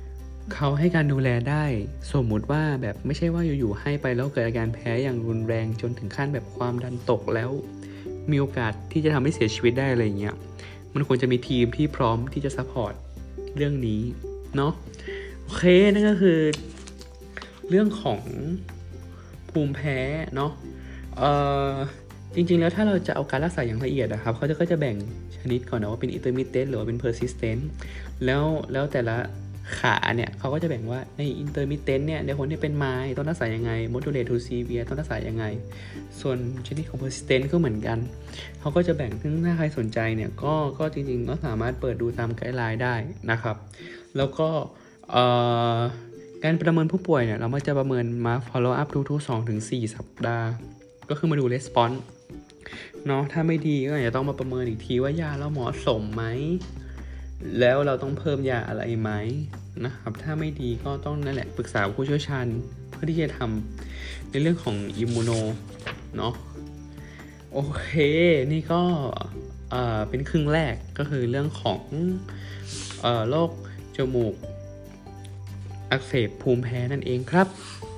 S1: เขาให้การดูแลได้สมมุติว่าแบบไม่ใช่ว่าอยู่ๆให้ไปแล้วเกิดอาการแพ้อย่างรุนแรงจนถึงขั้นแบบความดันตกแล้วมีโอกาสที่จะทำให้เสียชีวิตได้อะไรอย่างเงี้ยมันควรจะมีทีมที่พร้อมที่จะซัพพอร์ตเรื่องนี้เนาะโอเคนั่นก็คือเรื่องของภูมิแพ้เนาะเอ่อจริงๆแล้วถ้าเราจะเอาการรักษาอย่างละเอียดนะครับเขาจะก็จะแบ่งชนิดก่อนนะว่าเป็น intermittent หรือว่าเป็น persistent แล้วแล้วแต่ละขาเนี่ยเขาก็จะแบ่งว่าใน intermittent เนี่ยในคนที่เป็นไม้ต้องรักษายังไง moderate to severe ต้องรักษายังไงส่วนชนิดของ persistent ก็เหมือนกันเขาก็จะแบ่งซึ่งถ้าใครสนใจเนี่ยก็ก็จริงๆก็สามารถเปิดดูตามไกด์ไลน์ได้นะครับแล้วก็เอ่อการประเมินผู้ป่วยเนี่ยเรามักจะประเมินมา follow up ทุกๆ สองถึงสี่ สัปดาห์ก็คือมาดู response เนาะถ้าไม่ดีก็อาจจะต้องมาประเมินอีกทีว่ายาเราเหมาะสมไหมแล้วเราต้องเพิ่มยาอะไรไหมนะครับถ้าไม่ดีก็ต้องนั่นแหละปรึกษาผู้เชี่ยวชาญเพื่อที่จะทำในเรื่องของอิมมูโนเนาะโอเคนี่ก็เอ่อเป็นครึ่งแรกก็คือเรื่องของเอ่อโรคจมูกอักเสบภูมิแพ้นั่นเองครับ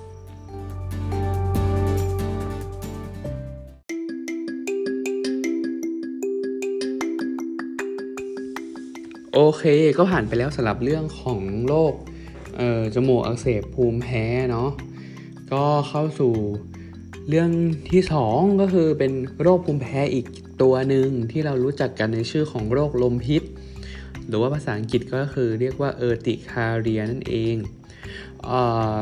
S1: โอเคก็ผ่านไปแล้วสำหรับเรื่องของโรคเอ่อจมูกอักเสบภูมิแพ้เนาะก็เข้าสู่เรื่องที่สองก็คือเป็นโรคภูมิแพ้อีกตัวหนึ่งที่เรารู้จักกันในชื่อของโรคลมพิษหรือว่าภาษาอังกฤษก็คือเรียกว่าเออร์ติคาเรียนั่นเองเอ่อ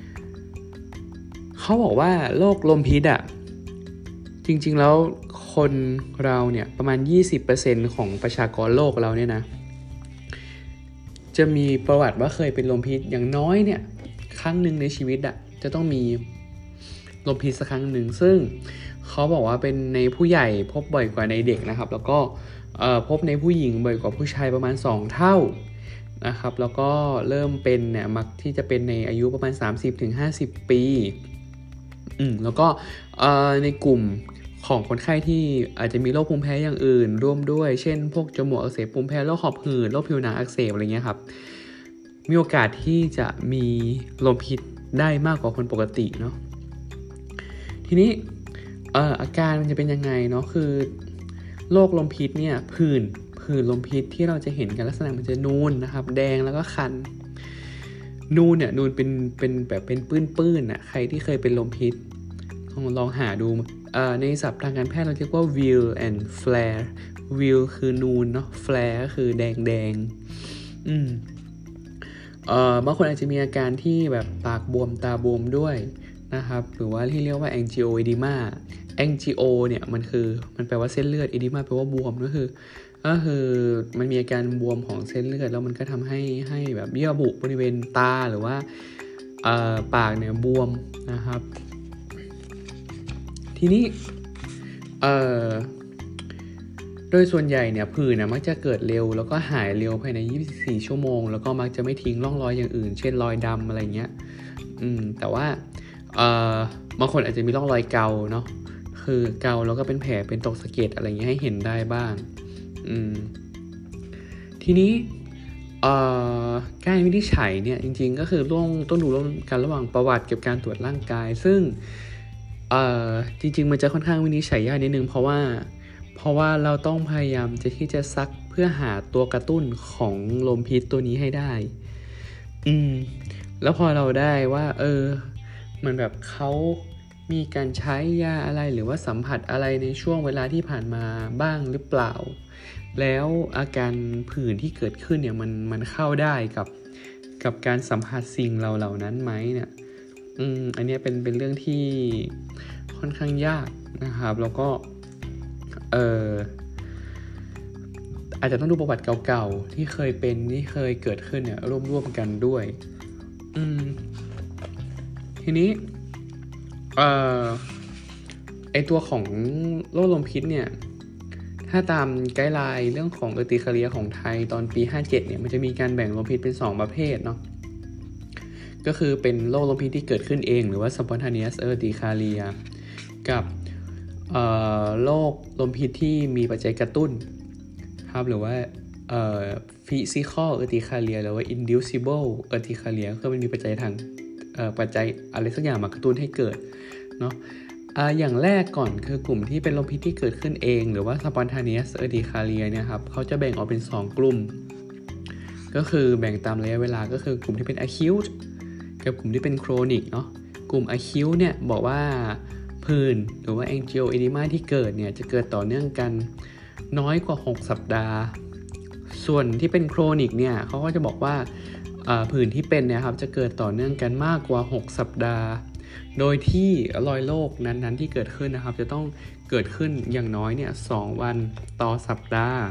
S1: เขาบอกว่าโรคลมพิษอ่ะจริงๆแล้วคนเราเนี่ยประมาณ ยี่สิบเปอร์เซ็นต์ ของประชากรโลกเราเนี่ยนะจะมีประวัติว่าเคยเป็นลมพิษอย่างน้อยเนี่ยครั้งหนึ่งในชีวิตอ่ะจะต้องมีลมพิษสักครั้งหนึ่งซึ่งเขาบอกว่าเป็นในผู้ใหญ่พบบ่อยกว่าในเด็กนะครับแล้วก็พบในผู้หญิงบ่อยกว่าผู้ชายประมาณสองเท่านะครับแล้วก็เริ่มเป็นเนี่ยมักที่จะเป็นในอายุประมาณ สามสิบถึงห้าสิบ ปีอืมแล้วก็ในกลุ่มของคนไข้ที่อาจจะมีโรคภูมิแพ้อย่างอื่นร่วมด้วยเช่นพวกจมูกอักเสบภูมิแพ้โรคหอบหืดโรคผิวหนังอักเสบอะไรเงี้ยครับมีโอกาสที่จะมีลมพิษได้มากกว่าคนปกติเนาะทีนี้เอ่ออาการมันจะเป็นยังไงเนาะคือโรคลมพิษเนี่ยผื่นผื่นลมพิษที่เราจะเห็นกันลักษณะมันจะนูนนะครับแดงแล้วก็คันนูนเนี่ยนูนเป็นเป็นแบบเป็นปื้นๆน่ะใครที่เคยเป็นลมพิษลองลองหาดูในศัพท์ทางการแพทย์เราเรียกว่า wheal and flare wheal คือนูนเนาะ flare ก็คือแดงแดงอืมเอ่อบางคนอาจจะมีอาการที่แบบปากบวมตาบวมด้วยนะครับหรือว่าที่เรียกว่า angioedema angio เนี่ยมันคือมันแปลว่าเส้นเลือด edema แปลว่าบวมก็คือก็คือมันมีอาการบวมของเส้นเลือดแล้วมันก็ทำให้ให้แบบเยื่อบุบริเวณตาหรือว่าเอ่อปากเนี่ยบวมนะครับทีนี้เอ่อโดยส่วนใหญ่เนี่ยผื่นนะมักจะเกิดเร็วแล้วก็หายเร็วภายในยี่สิบสี่ชั่วโมงแล้วก็มักจะไม่ทิ้งร่องรอยอย่างอื่นเช่นรอยดำอะไรเงี้ยอืมแต่ว่าเอ่อบางคนอาจจะมีร่องรอยเกาเนาะคือเกาแล้วก็เป็นแผลเป็นตกสะเก็ดอะไรเงี้ยให้เห็นได้บ้างอืมทีนี้เอ่อการวินิจฉัยเนี่ยจริงๆก็คือต้องต้องดูร่วมกันระหว่างประวัติกับการตรวจร่างกายซึ่งเอ่อจริงๆมันจะค่อนข้างวินิจฉัยยากนิดนึงเพราะว่าเพราะว่าเราต้องพยายามจะที่จะซักเพื่อหาตัวกระตุ้นของลมพิษตัวนี้ให้ได้อืมแล้วพอเราได้ว่าเออมันแบบเขามีการใช้ยาอะไรหรือว่าสัมผัสอะไรในช่วงเวลาที่ผ่านมาบ้างหรือเปล่าแล้วอาการผื่นที่เกิดขึ้นเนี่ยมันมันเข้าได้กับกับการสัมผัสสิ่งเหล่าเหล่านั้นไหมเนี่ยอืมอันนี้เป็นเป็นเรื่องที่ค่อนข้างยากนะครับแล้วก็เอออาจจะต้องดูประวัติเก่าๆที่เคยเป็นที่เคยเกิดขึ้นเนี่ยร่วมๆกันด้วยอืมทีนี้เอ่อไอตัวของโรคลมพิษเนี่ยถ้าตามไกด์ไลน์เรื่องของเออร์ติคาเรียของไทยตอนปีห้าเจ็ดเนี่ยมันจะมีการแบ่งลมพิษเป็นสองประเภทเนาะก็คือเป็นโรคลมพิษที่เกิดขึ้นเองหรือว่า spontaneous urticaria กับเอ่อโรคลมพิษที่มีปัจจัยกระตุ้นครับหรือว่าเอ่อ physical urticaria หรือว่า inducible urticaria คือมันมีปัจจัยทางเอ่อปัจจัยอะไรสักอย่างมากระตุ้นให้เกิดเนาะอ่าอย่างแรกก่อนคือกลุ่มที่เป็นลมพิษที่เกิดขึ้นเองหรือว่า spontaneous urticaria เนี่ยครับเขาจะแบ่งออกเป็นสองกลุ่มก็คือแบ่งตามระยะเวลาก็คือกลุ่มที่เป็น acute กับกลุ่มที่เป็น chronic เนาะกลุ่ม acute เนี่ยบอกว่าผื่นหรือว่า angioedema ที่เกิดเนี่ยจะเกิดต่อเนื่องกันน้อยกว่าหกสัปดาห์ส่วนที่เป็น chronic เนี่ยเขาก็จะบอกว่าผื่นที่เป็นเนี่ยครับจะเกิดต่อเนื่องกันมากกว่าหกสัปดาห์โดยที่รอยโรคนั้นๆที่เกิดขึ้นนะครับจะต้องเกิดขึ้นอย่างน้อยเนี่ยสองวันต่อสัปดาห์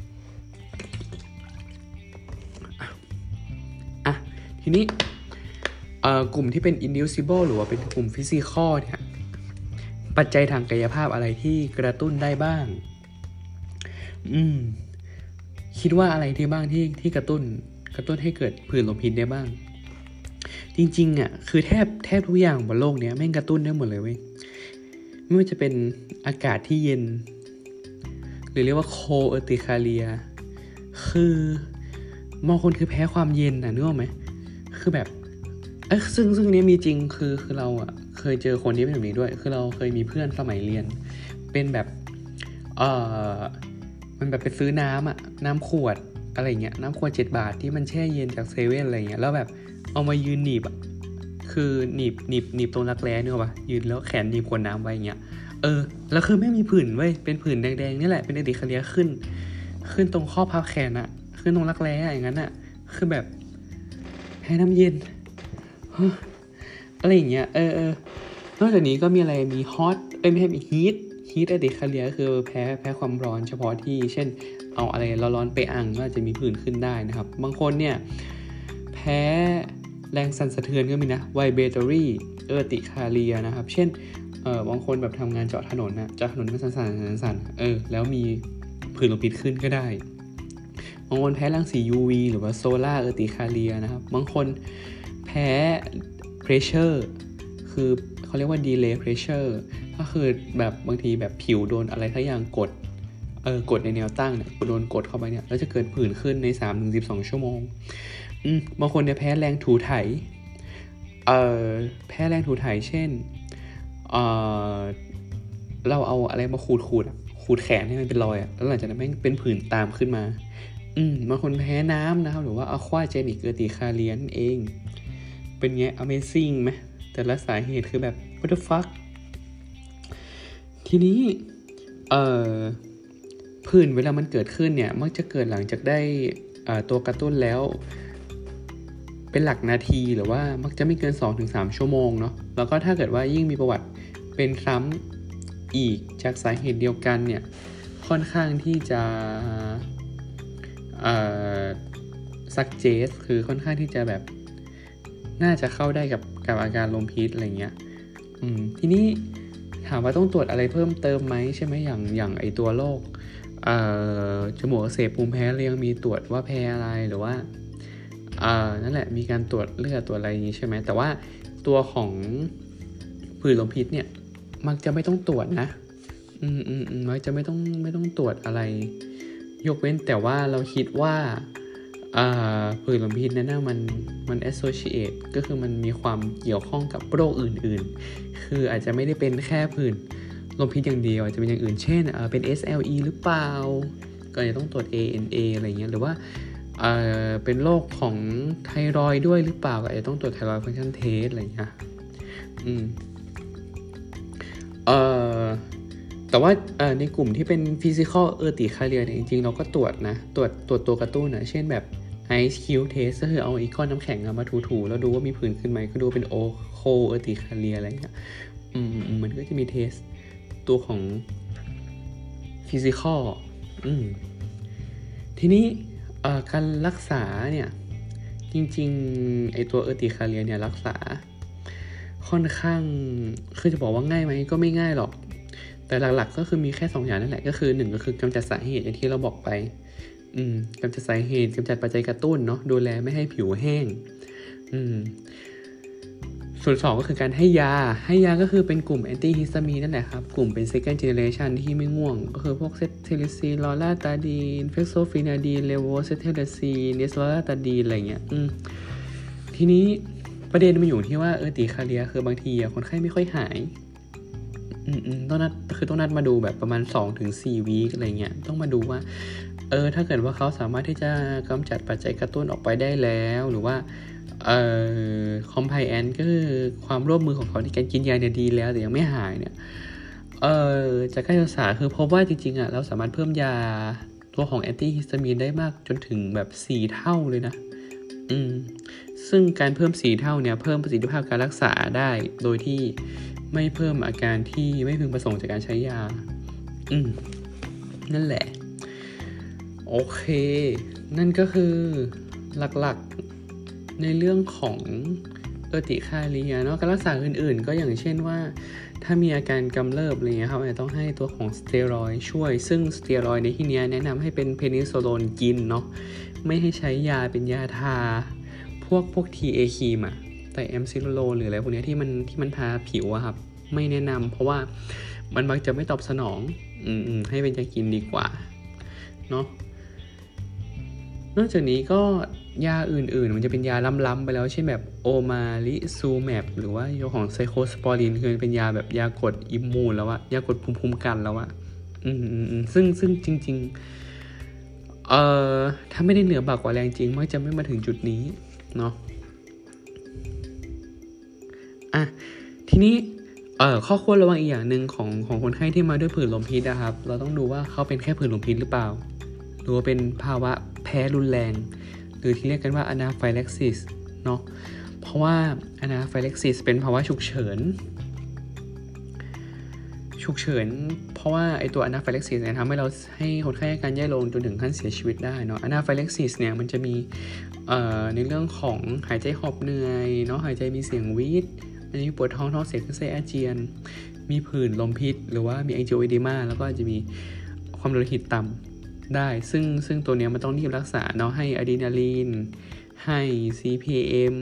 S1: อ่ะทีนี้กลุ่มที่เป็น inducible หรือว่าเป็นกลุ่ม physical เนี่ยปัจจัยทางกายภาพอะไรที่กระตุ้นได้บ้างอืมคิดว่าอะไรที่บ้างที่ที่กระตุ้นกระตุ้นให้เกิดผื่นลมพิษได้บ้างจริงๆอ่ะคือแทบแทบทุกอย่างบนโลกเนี้ยแม่งกระตุ้นได้หมดเลยเว้ยไม่ว่าจะเป็นอากาศที่เย็นหรือเรียกว่า cold urticaria คือบางคนคือแพ้ความเย็นน่ะนึกออกไหมคือแบบเอ้ยซึ่งซึ่งนี้มีจริงคือคือเราอ่ะเคยเจอคนที่เป็นแบบนี้ด้วยคือเราเคยมีเพื่อนสมัยเรียนเป็นแบบเอ่อมันแบบไปซื้อน้ำอ่ะน้ำขวดอะไรเงี้ยน้ำขวดเจ็ดบาทที่มันแช่เย็นจากเซเว่นอะไรเงี้ยแล้วแบบเอามายืนหนีบอ่ะคือหนีบหนีบหนีบตรงรักแร้เนี่ยป่ะยืนแล้วแขนหนีบขวดน้ำไว้เงี้ยเออแล้วคือไม่มีผื่นเว้ยเป็นผื่นแดงๆนี่แหละเป็นurticariaขึ้นขึ้นตรงข้อพับแขนอ่ะขึ้นตรงรักแร้อย่างนั้นอ่ะคือแบบแพ้น้ำเย็นอะไรอย่างเงี้ยเออเออนอกจากนี้ก็มีอะไรมีฮอตเอ้ยไม่ใช่มีฮีทฮีทurticariaคือแพ้แพ้ความร้อนเฉพาะที่เช่นเอาอะไรร้อนๆไปอังก็จะมีผื่นขึ้นได้นะครับบางคนเนี่ยแพ้แรงสั่นสะเทือนก็มีนะ vibratory urticaria นะครับเช่นเออบางคนแบบทำงานเจาะถนนนะเจาะถนนมันสั่นๆสั่นๆเออแล้วมีผื่นลมพิษขึ้นก็ได้บางคนแพ้รังสี ยู วี หรือว่า solar urticaria นะครับบางคนแพ้ pressure คือเขาเรียกว่า delay pressure ก็คือแบบบางทีแบบผิวโดนอะไรทักอย่างกดเออกดในแนวตั้งเนี่ยโดนกดเข้าไปเนี่ยแล้วจะเกิดผื่นขึ้นใน สามถึงสิบสอง ชั่วโมงอืมบางคนเนี่ยแพ้แรงถูไถเอ่อแพ้แรงถูไถเช่นเอ่อเราเอาอะไรมาขูดขูดขูดแขนให้มันเป็นรอยอ่ะแล้วหลังจากนั้นแม่งเป็นผื่นตามขึ้นมาอืมบางคนแพ้น้ำนะครับหรือว่า aquagenic urticaria นั่นเองเป็นไง amazing ไหมแต่ละสาเหตุคือแบบ what the fuck ทีนี้เอ่อผื่นเวลามันเกิดขึ้นเนี่ยมักจะเกิดหลังจากได้ตัวกระตุ้นแล้วเป็นหลักนาทีหรือว่ามักจะไม่เกิน สองถึงสาม ชั่วโมงเนาะแล้วก็ถ้าเกิดว่ายิ่งมีประวัติเป็นซ้ำอีกจากสาเหตุเดียวกันเนี่ยค่อนข้างที่จะเอ่อ suggest คือค่อนข้างที่จะแบบน่าจะเข้าได้กับกับอาการลมพิษอะไรเงี้ยอืมทีนี้ถามว่าต้องตรวจอะไรเพิ่มเติมไหมใช่ไหมอย่างอย่างไอตัวโรคเอ่อจมูกอักเสบภูมิแพ้เรียงมีตรวจว่าแพ้อะไรหรือว่าเอ่อนั่นแหละมีการตรวจเลือดตรวจอะไรอย่างนี้ใช่ไหมแต่ว่าตัวของผื่นลมพิษเนี่ยมักจะไม่ต้องตรวจนะอืมอืมอืมมักจะไม่ต้องไม่ต้องตรวจอะไรยกเว้นแต่ว่าเราคิดว่าอ่าผื่นลมพิษนั้นนะมันมัน associate ก็คือมันมีความเกี่ยวข้องกับโรคอื่นๆคืออาจจะไม่ได้เป็นแค่ผื่นลมพิษอย่างเดียวอาจจะเป็นอย่างอื่นเช่นเอ่อเป็น เอส แอล อี หรือเปล่าก็จะต้องตรวจ เอ เอ็น เอ อะไรเงี้ยหรือว่าเอ่อเป็นโรคของไทรอยด์ด้วยหรือเปล่าก็อาจจะต้องตรวจไทรอยด์ฟังก์ชันเทสอะไรเงี้ยอืมเอ่อแต่ว่าในกลุ่มที่เป็น physical urticaria เนี่ยจริงๆเราก็ตรวจนะตรวจตรวจตัวกระตุ้นนะเช่นแบบ ice cube test ก็คือเอาอีกก้อนน้ำแข็งมาถูๆแล้วดูว่ามีผื่นขึ้นไหมก็ดูเป็น cold urticaria อะไรเงี้ยอืมมันก็จะมีเทสตัวของ physical อืมทีนี้การรักษาเนี่ยจริงๆไอตัว urticaria เนี่ยรักษาค่อนข้างคือจะบอกว่าง่ายไหมก็ไม่ง่ายหรอกแต่หลักๆก็คือมีแค่สองอย่างนั่นแหละก็คือหนึ่งก็คือกำจัดสาเหตุอย่างที่เราบอกไปอืมกำจัดสาเหตุกำจัดปัจจัยกระตุ้นเนาะดูแลไม่ให้ผิวแห้งอืมส่วนสองก็คือการให้ยาให้ยาก็คือเป็นกลุ่มแอนตี้ฮิสตามีนนั่นแหละครับกลุ่มเป็น second generation ที่ไม่ง่วงก็คือพวกเซตเทลิซีนลอราตาดีนเฟกโซฟินาดีนเลโวเซตเทลิซีนเนสลอราตาดีนอะไรเงี้ยอืมทีนี้ประเด็นมันอยู่ที่ว่าเออติคาเรียคือบางทีอ่ะคนไข้ไม่ค่อยหายอืมๆต้องนัดคือต้องนัดมาดูแบบประมาณ สองถึงสี่ วีคอะไรเงี้ยต้องมาดูว่าเออถ้าเกิดว่าเขาสามารถที่จะกำจัดปัจจัยกระตุ้นออกไปได้แล้วหรือว่าเอ่อ compliance ก็คือความร่วมมือของเขาในการกินยาเนี่ยดีแล้วแต่ยังไม่หายเนี่ยเอ่อจากการศึกษาคือพบว่าจริงๆอ่ะเราสามารถเพิ่มยาตัวของแอนตี้ฮิสตามีนได้มากจนถึงแบบสี่เท่าเลยนะอืมซึ่งการเพิ่มสี่เท่าเนี่ยเพิ่มประสิทธิภาพการรักษาได้โดยที่ไม่เพิ่มอาการที่ไม่พึงประสงค์จากการใช้ยาอืมนั่นแหละโอเคนั่นก็คือหลักๆในเรื่องของเออติคาเรียเนาะการรักษาอื่นๆก็อย่างเช่นว่าถ้ามีอาการกำเริบอะไรเงี้ยครับอาจจะต้องให้ตัวของสเตียรอยด์ช่วยซึ่งสเตียรอยด์ในที่นี้แนะนำให้เป็นเพนิซิลลินกินเนาะไม่ให้ใช้ยาเป็นยาทาพวกพวก ที เอ ครีมอะแต่แอมซิลโลนหรืออะไรพวกนี้ที่มันที่มันทาผิวอะครับไม่แนะนำเพราะว่ามันมักจะไม่ตอบสนองอืมๆให้เป็นยากินดีกว่าเนาะนอกจากนี้ก็ยาอื่นๆมันจะเป็นยาล้ำๆไปแล้วเช่นแบบโอมาลิซูแมปหรือว่ายาของไซโคสปอรินคือเป็นยาแบบยากดอิมมูนแล้วอะยากดภูมิคุ้มกันแล้วอะอืมๆซึ่งซึ่งจริงๆเอ่อถ้าไม่ได้เหนือบากกว่าแรงจริงมักจะไม่มาถึงจุดนี้เนาะอ่ะทีนี้เอ่อข้อควรระวังอีกอย่างหนึ่งของของคนไข้ที่มาด้วยผื่นลมพิษนะครับเราต้องดูว่าเขาเป็นแค่ผื่นลมพิษหรือเปล่าหรือว่าเป็นภาวะแพ้รุนแรงหรือที่เรียกกันว่าอนาไฟแล็กซิสเนาะเพราะว่าอนาไฟแล็กซิสเป็นภาวะฉุกเฉินฉุกเฉินเพราะว่าไอตัวอนาไฟแล็กซิสเนี่ยทำให้เราให้คนไข้อาการแย่ลงจนถึงขั้นเสียชีวิตได้เนาะอนาไฟแล็กซิสเนี่ยมันจะมีเอ่อในเรื่องของหายใจหอบเหนื่อยเนาะหายใจมีเสียงวีดมีปวดท้องท้องเสียขึ้นไส้อาเจียนมีผื่นลมพิษหรือว่ามีแองจิโอเอดีมาแล้วก็จะมีความดันโลหิตต่ำได้ซึ่งซึ่งตัวเนี้ยมันต้องรีบรักษาเนาะให้อะดรีนาลีนให้ ซี พี เอ็ม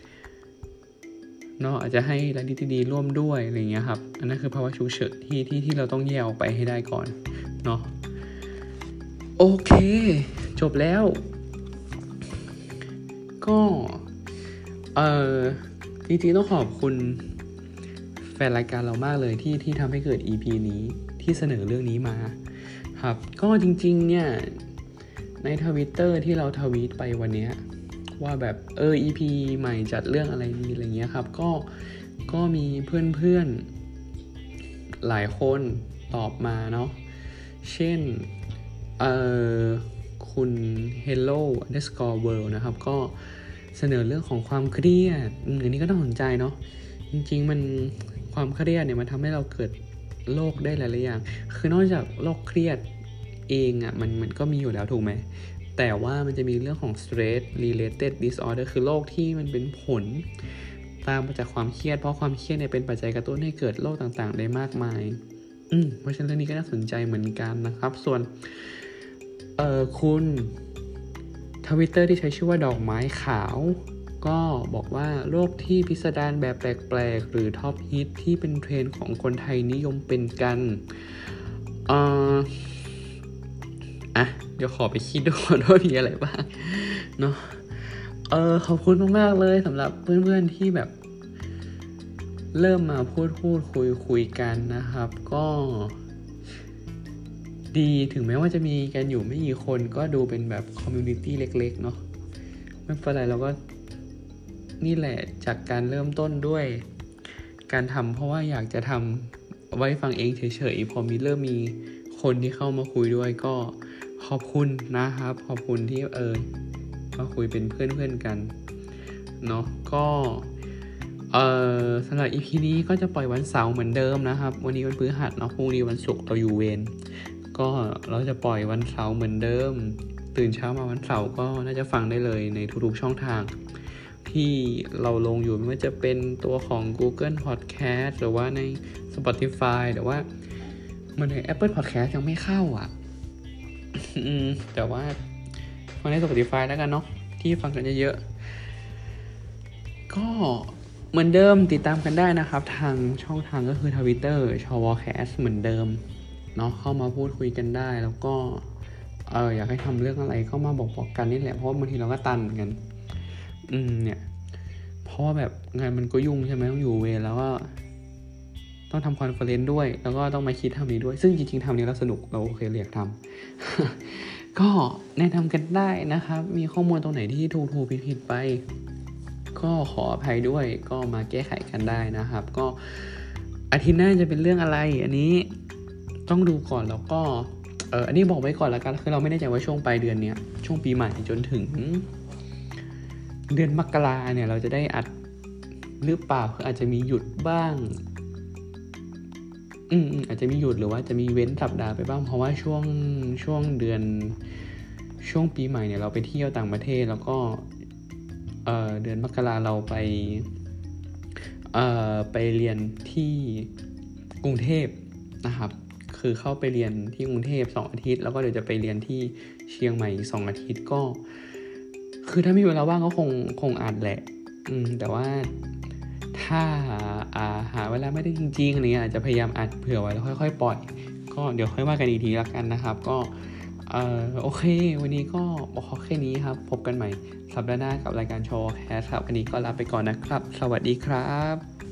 S1: เนาะอาจจะให้แรงดีๆร่วมด้วยอะไรเงี้ยครับอันนั้นคือภาวะฉุกเฉินที่ที่ที่เราต้องแยกออกไปให้ได้ก่อนเนาะโอเคจบแล้วก็เออจริงๆต้องขอบคุณแฟนรายการเรามากเลยที่ที่ทำให้เกิด อี พี นี้ที่เสนอเรื่องนี้มาครับก็จริงๆเนี่ยใน Twitter ที่เราทวีตไปวันนี้ว่าแบบเออ อี พี ใหม่จัดเรื่องอะไรดีอะไรเงี้ยครับก็ก็มีเพื่อนๆหลายคนตอบมาเนาะเช่นเอ่อคุณ hello underscore world นะครับก็เสนอเรื่องของความเครียดอันนี้ก็ต้องสนใจเนาะจริงๆมันความเครียดเนี่ยมันทำให้เราเกิดโรคได้หลายๆอย่างคือนอกจากโรคเครียดเองอ่ะมันมันก็มีอยู่แล้วถูกไหมแต่ว่ามันจะมีเรื่องของ stress related disorder คือโรคที่มันเป็นผลตามมาจากความเครียดเพราะความเครียดเนี่ยเป็นปัจจัยกระตุ้นให้เกิดโรคต่างๆได้มากมายอืมเพราะฉะนั้นเรื่องนี้ก็น่าสนใจเหมือนกันนะครับส่วนเอ่อคุณ Twitter ที่ใช้ชื่อว่าดอกไม้ขาวก็บอกว่าโรคที่พิสดารแบบแปลกๆหรือท็อปฮิตที่เป็นเทรนด์ของคนไทยนิยมเป็นกันเอ่ออ่ะเดี๋ยวขอไปคิดดูก่อนว่ามีอะไรบ้างเนาะเออขอบคุณมากๆเลยสำหรับเพื่อนๆที่แบบเริ่มมาพูดพูดคุยคุยกันนะครับก็ดีถึงแม้ว่าจะมีกันอยู่ไม่กี่คนก็ดูเป็นแบบคอมมูนิตี้เล็กๆเนาะไม่เป็นไรเราก็นี่แหละจากการเริ่มต้นด้วยการทำเพราะว่าอยากจะทำไว้ฟังเองเฉยๆพอมีเริ่มมีคนที่เข้ามาคุยด้วยก็ขอบคุณนะครับขอบคุณที่เออมาคุยเป็นเพื่อนๆกันเนาะก็เอ่อสำหรับ อี พี นี้ก็จะปล่อยวันเสาร์เหมือนเดิมนะครับวันนี้วันพฤหัสเนาะพรุ่งนี้วันศุกร์เราอยู่เวรก็เราจะปล่อยวันเสาร์เหมือนเดิมตื่นเช้ามาวันเสาร์ก็น่าจะฟังได้เลยในทุกๆช่องทางที่เราลงอยู่ไม่ว่าจะเป็นตัวของ Google Podcast หรือว่าใน Spotify หรือว่ามันใน Apple Podcast ยังไม่เข้าอ่ะ แต่ว่าฟังใน Spotify แล้วกันเนาะที่ฟังกันเยอะๆก็เหมือนเดิมติดตามกันได้นะครับทางช่องทางก็คือ Twitter ชวแคสเหมือนเดิมเนาะเข้ามาพูดคุยกันได้แล้วก็เอออยากให้ทำเรื่องอะไรเข้ามาบอกบอกกันนี่แหละเพราะบางทีเราก็ตันเหมือนกันอืมเนี่ยเพราะว่าแบบงานมันก็ยุ่งใช่ไหมต้องอยู่เวรแล้วก็ต้องทำคอนเฟอเรนซ์ด้วยแล้วก็ต้องมาคิดทำนี้ด้วยซึ่งจริงๆทำนี้แล้วสนุกเราโอเคอยากทำ ก็แนะนำกันได้นะครับมีข้อมูลตรงไหนที่ถูกถูกผิดผิดไปก็ขออภัยด้วยก็มาแก้ไขกันได้นะครับก็อาทิตย์หน้าจะเป็นเรื่องอะไรอันนี้ต้องดูก่อนแล้วก็เอออันนี้บอกไว้ก่อนแล้วกันคือเราไม่แน่ใจว่าช่วงปลายเดือนเนี้ยช่วงปีใหม่จนถึงเดือนมกราเนี่ยเราจะได้อัดหรือเปล่าคืออาจจะมีหยุดบ้างอืมอาจจะมีหยุดหรือว่าจะมีเว้นสัปดาห์ไปบ้างเพราะว่าช่วงช่วงเดือนช่วงปีใหม่เนี่ยเราไปเที่ยวต่างประเทศแล้วก็เอ่อเดือนมกราเราไปเอ่อไปเรียนที่กรุงเทพนะครับคือเข้าไปเรียนที่กรุงเทพสองอาทิตย์แล้วก็เดี๋ยวจะไปเรียนที่เชียงใหม่สองอาทิตย์ก็คือถ้ามีเวลาว่างก็คงคงอัดแหละอืมแต่ว่าถ้าอ่าหาเวลาไม่ได้จริงๆอะไรเงี้ยอาจจะพยายามอัดเผื่อไว้แล้วค่อยๆปล่อยก็เดี๋ยวค่อยว่ากันอีกทีละกันนะครับก็เอ่อโอเควันนี้ก็บอกแค่นี้ครับพบกันใหม่สัปดาห์หน้ากับรายการโชว์แคสครับวันนี้ก็ลาไปก่อนนะครับสวัสดีครับ